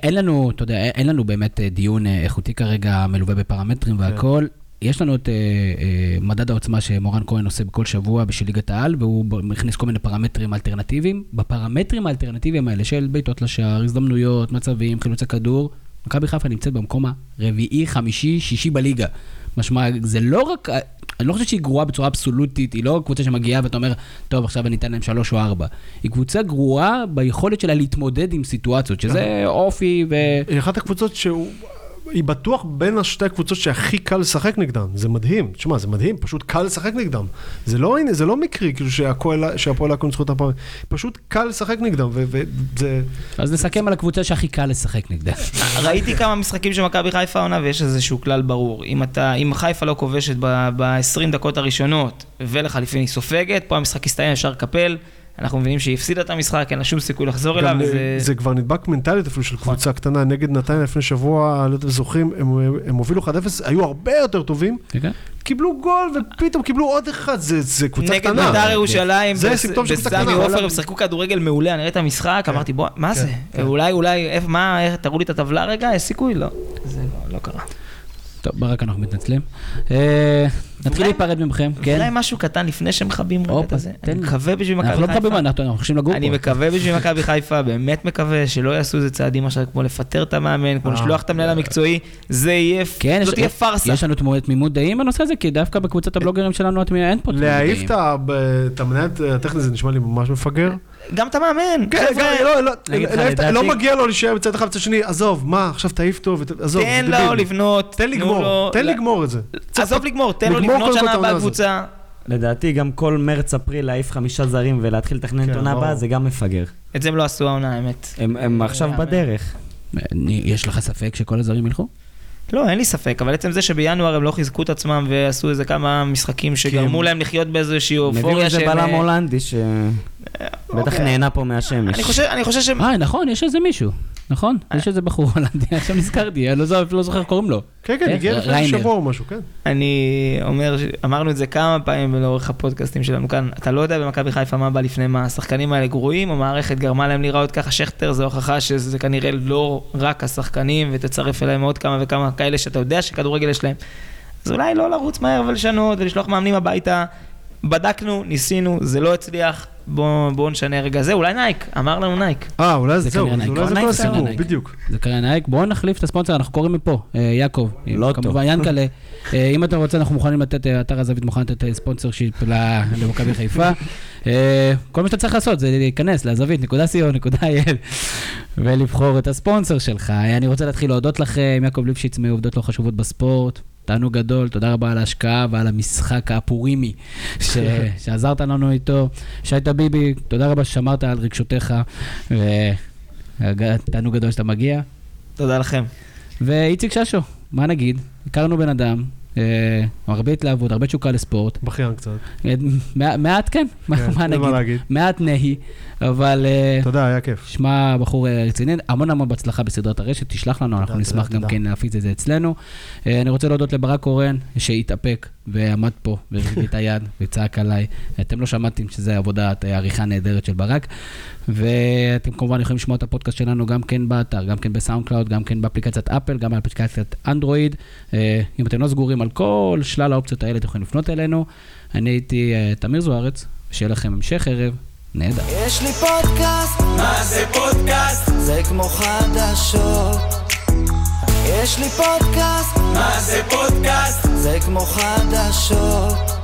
אין לנו באמת דיון איכותי כרגע מלווה בפרמטרים והכל, יש לנו את מדד העוצמה שמורן כהן עושה בכל שבוע בשביל ליגת העל, והוא מכניס כל מיני פרמטרים אלטרנטיביים. בפרמטרים האלטרנטיביים האלה של בעיטות לשער, הזדמנויות, מצבים, חילוצי כדור, מכבי חיפה נמצאת במקום הרביעי, חמישי, שישי בליגה. משמע, זה לא רק, אני לא חושב שהיא גרועה בצורה אבסולוטית, היא לא קבוצה שמגיעה ואתה אומר, טוב, עכשיו אני אתן להם 3 או 4. היא קבוצה גרועה ביכולת שלה להתמודד עם סיטואציות, שזה אופי ו... היא אחת הקבוצות היא בטוח בין השתי הקבוצות שהכי קל לשחק נגדם. זה מדהים. תשמע, זה מדהים. פשוט קל לשחק נגדם. זה לא מקרי, כאילו שהפועל עכו ניצחו את הפעם. פשוט קל לשחק נגדם, וזה... אז נסכם על הקבוצה שהכי קל לשחק נגדם. ראיתי כמה משחקים של מכבי חיפה עונה, ויש איזשהו כלל ברור. אם חיפה לא כובשת ב-20 דקות הראשונות, ולחליפין היא סופגת, פה המשחק יסתיים, אפשר לקפל. אנחנו מבינים שהיא הפסידה את המשחק, אין לה שום סיכוי לחזור אליו. זה כבר נדבק מנטלית אפילו של קבוצה קטנה, נגד נתניה לפני שבוע, לא יודעת, זוכרים, הם הובילו 1-0, היו הרבה יותר טובים, קיבלו גול ופתאום קיבלו עוד אחד, זה קבוצה קטנה. נגד בית"ר ירושלים, בסמי עופר, הם שחקו כדורגל מעולה, אני ראיתי את המשחק, אמרתי, בוא, מה זה? אולי, תראו לי את הטבלה רגע, יש סיכוי? לא, זה לא קרה. טוב, ברק אנחנו מתנצלים. נתחיל להיפרד ממכם, כן? אולי משהו קטן לפני שמחבים רגע את הזה. אני מקווה בשביל מכבי חיפה. אנחנו לא מחבים, אנחנו חושבים לגור פה. אני מקווה בשביל מכבי חיפה, באמת מקווה שלא יעשו איזה צעדים עכשיו כמו לפטר את המאמן, כמו לשלוח את המנהל המקצועי, זה יהיה, זאת תהיה פרסה. יש לנו תמימות דעים בנושא הזה, כי דווקא בקבוצת הבלוגרים שלנו אין פה תמימות דעים. להעיף את המנהל הטכני, זה נשמע לי ממש מפגר. גם את המאמן. לא מגיע לו להישאר בצד אחד בצד שני, עזוב, מה, עכשיו תעיף טוב, עזוב. תן לו לבנות. תן לגמור את זה. עזוב לגמור, תן לו לבנות שנה הבאה קבוצה. לדעתי גם כל מרץ-אפריל להעיף 5 זרים ולהתחיל לתכנן את עונה הבאה, זה גם מפגר. את זה הם לא עשו העונה, האמת. הם עכשיו בדרך. יש לך ספק שכל הזרים ילכו? לא, אין לי ספק, אבל עצם זה שבינואר הם לא חיזקו את עצמם ועשו איזה כמה משחקים שגרמו להם לחיות באיזושהי אופוריה. מביאים איזה בלם הולנדי שבטח נהנה פה מהשמש. אני חושב ש... נכון, יש איזה מישהו. נכון? יש איזה בחור הולנדי, עכשיו נזכרתי, אני לא זוכר קוראים לו. כן, הגיע לפני שבוע או משהו, כן. אני אומר, אמרנו את זה כמה פעמים לאורך הפודקאסטים שלנו כאן, אתה לא יודע במכבי חיפה מה בא לפני מה, השחקנים האלה גרועים, המערכת גרמה להם לראות ככה, שכטר זה הוכחה שזה כנראה לא רק השחקנים, ותצרף אליהם עוד כמה וכמה כאלה שאתה יודע שכדורגל יש להם. אז אולי לא לרוץ מהר ולשנות ולשלוח מאמנים הביתה, בדקנו, ניסינו, זה לא הצליח, בואו נשנה רגע זה, אולי נייק, אמר לנו נייק. אולי זה זהו, אולי זה כל הסיפור, בדיוק. זה קרה נייק, בואו נחליף את הספונסר, אנחנו קוראים מפה, יעקב, לא טוב. כמובן ינקלה, אם אתה רוצה אנחנו מוכנים לתת, אתר הזווית מוכן לתת ספונסר שיפ למכבי חיפה, כל מה שאתה צריך לעשות זה להיכנס לזווית.co.il ולבחור את הספונסר שלך. אני רוצה להתחיל להודות לכם, יעקב ליפשיץ מעובדות לא חשובות בספורט, תענוג גדול, תודה רבה על ההשקעה ועל המשחק הפורימי שעזרת לנו איתו. שי טביבי, תודה רבה ששמרת על רגשותיך, ותענוג גדול שאתה מגיע. תודה לכם. ואיציק ששו, מה נגיד? הכרנו בן אדם, הרבה התלהבות, הרבה תשוקה לספורט. בכיין קצת. מעט כן, מה נגיד? מעט נהי, אבל... תודה, היה כיף. שמע בחור רציני, המון בהצלחה בסדרת הרשת, תשלח לנו, אנחנו נשמח גם כן להפיץ את זה אצלנו. אני רוצה להודות לברק קורן, שהתאפק ועמד פה והרגיל את היד וצעק עליי. אתם לא שמעתם שזה עבודת עריכה נהדרת של ברק, ואתם כמובן יכולים לשמוע את הפודקאסט שלנו גם כן באתר, גם כן בסאונד קלאוד, גם כן באפליקציית אפל, גם באפליקציית אנדרואיד. אם אתם לא סגורים על כל שלל האופציות האלה, אתם יכולים לפנות אלינו. אני הייתי תמיר זוארץ, שיהיה לכם המשך ערב נהדר. יש לי פודקאסט, מה זה פודקאסט? זה כמו חדשות. יש לי פודקאסט, מה זה פודקאסט? זה כמו חדשות.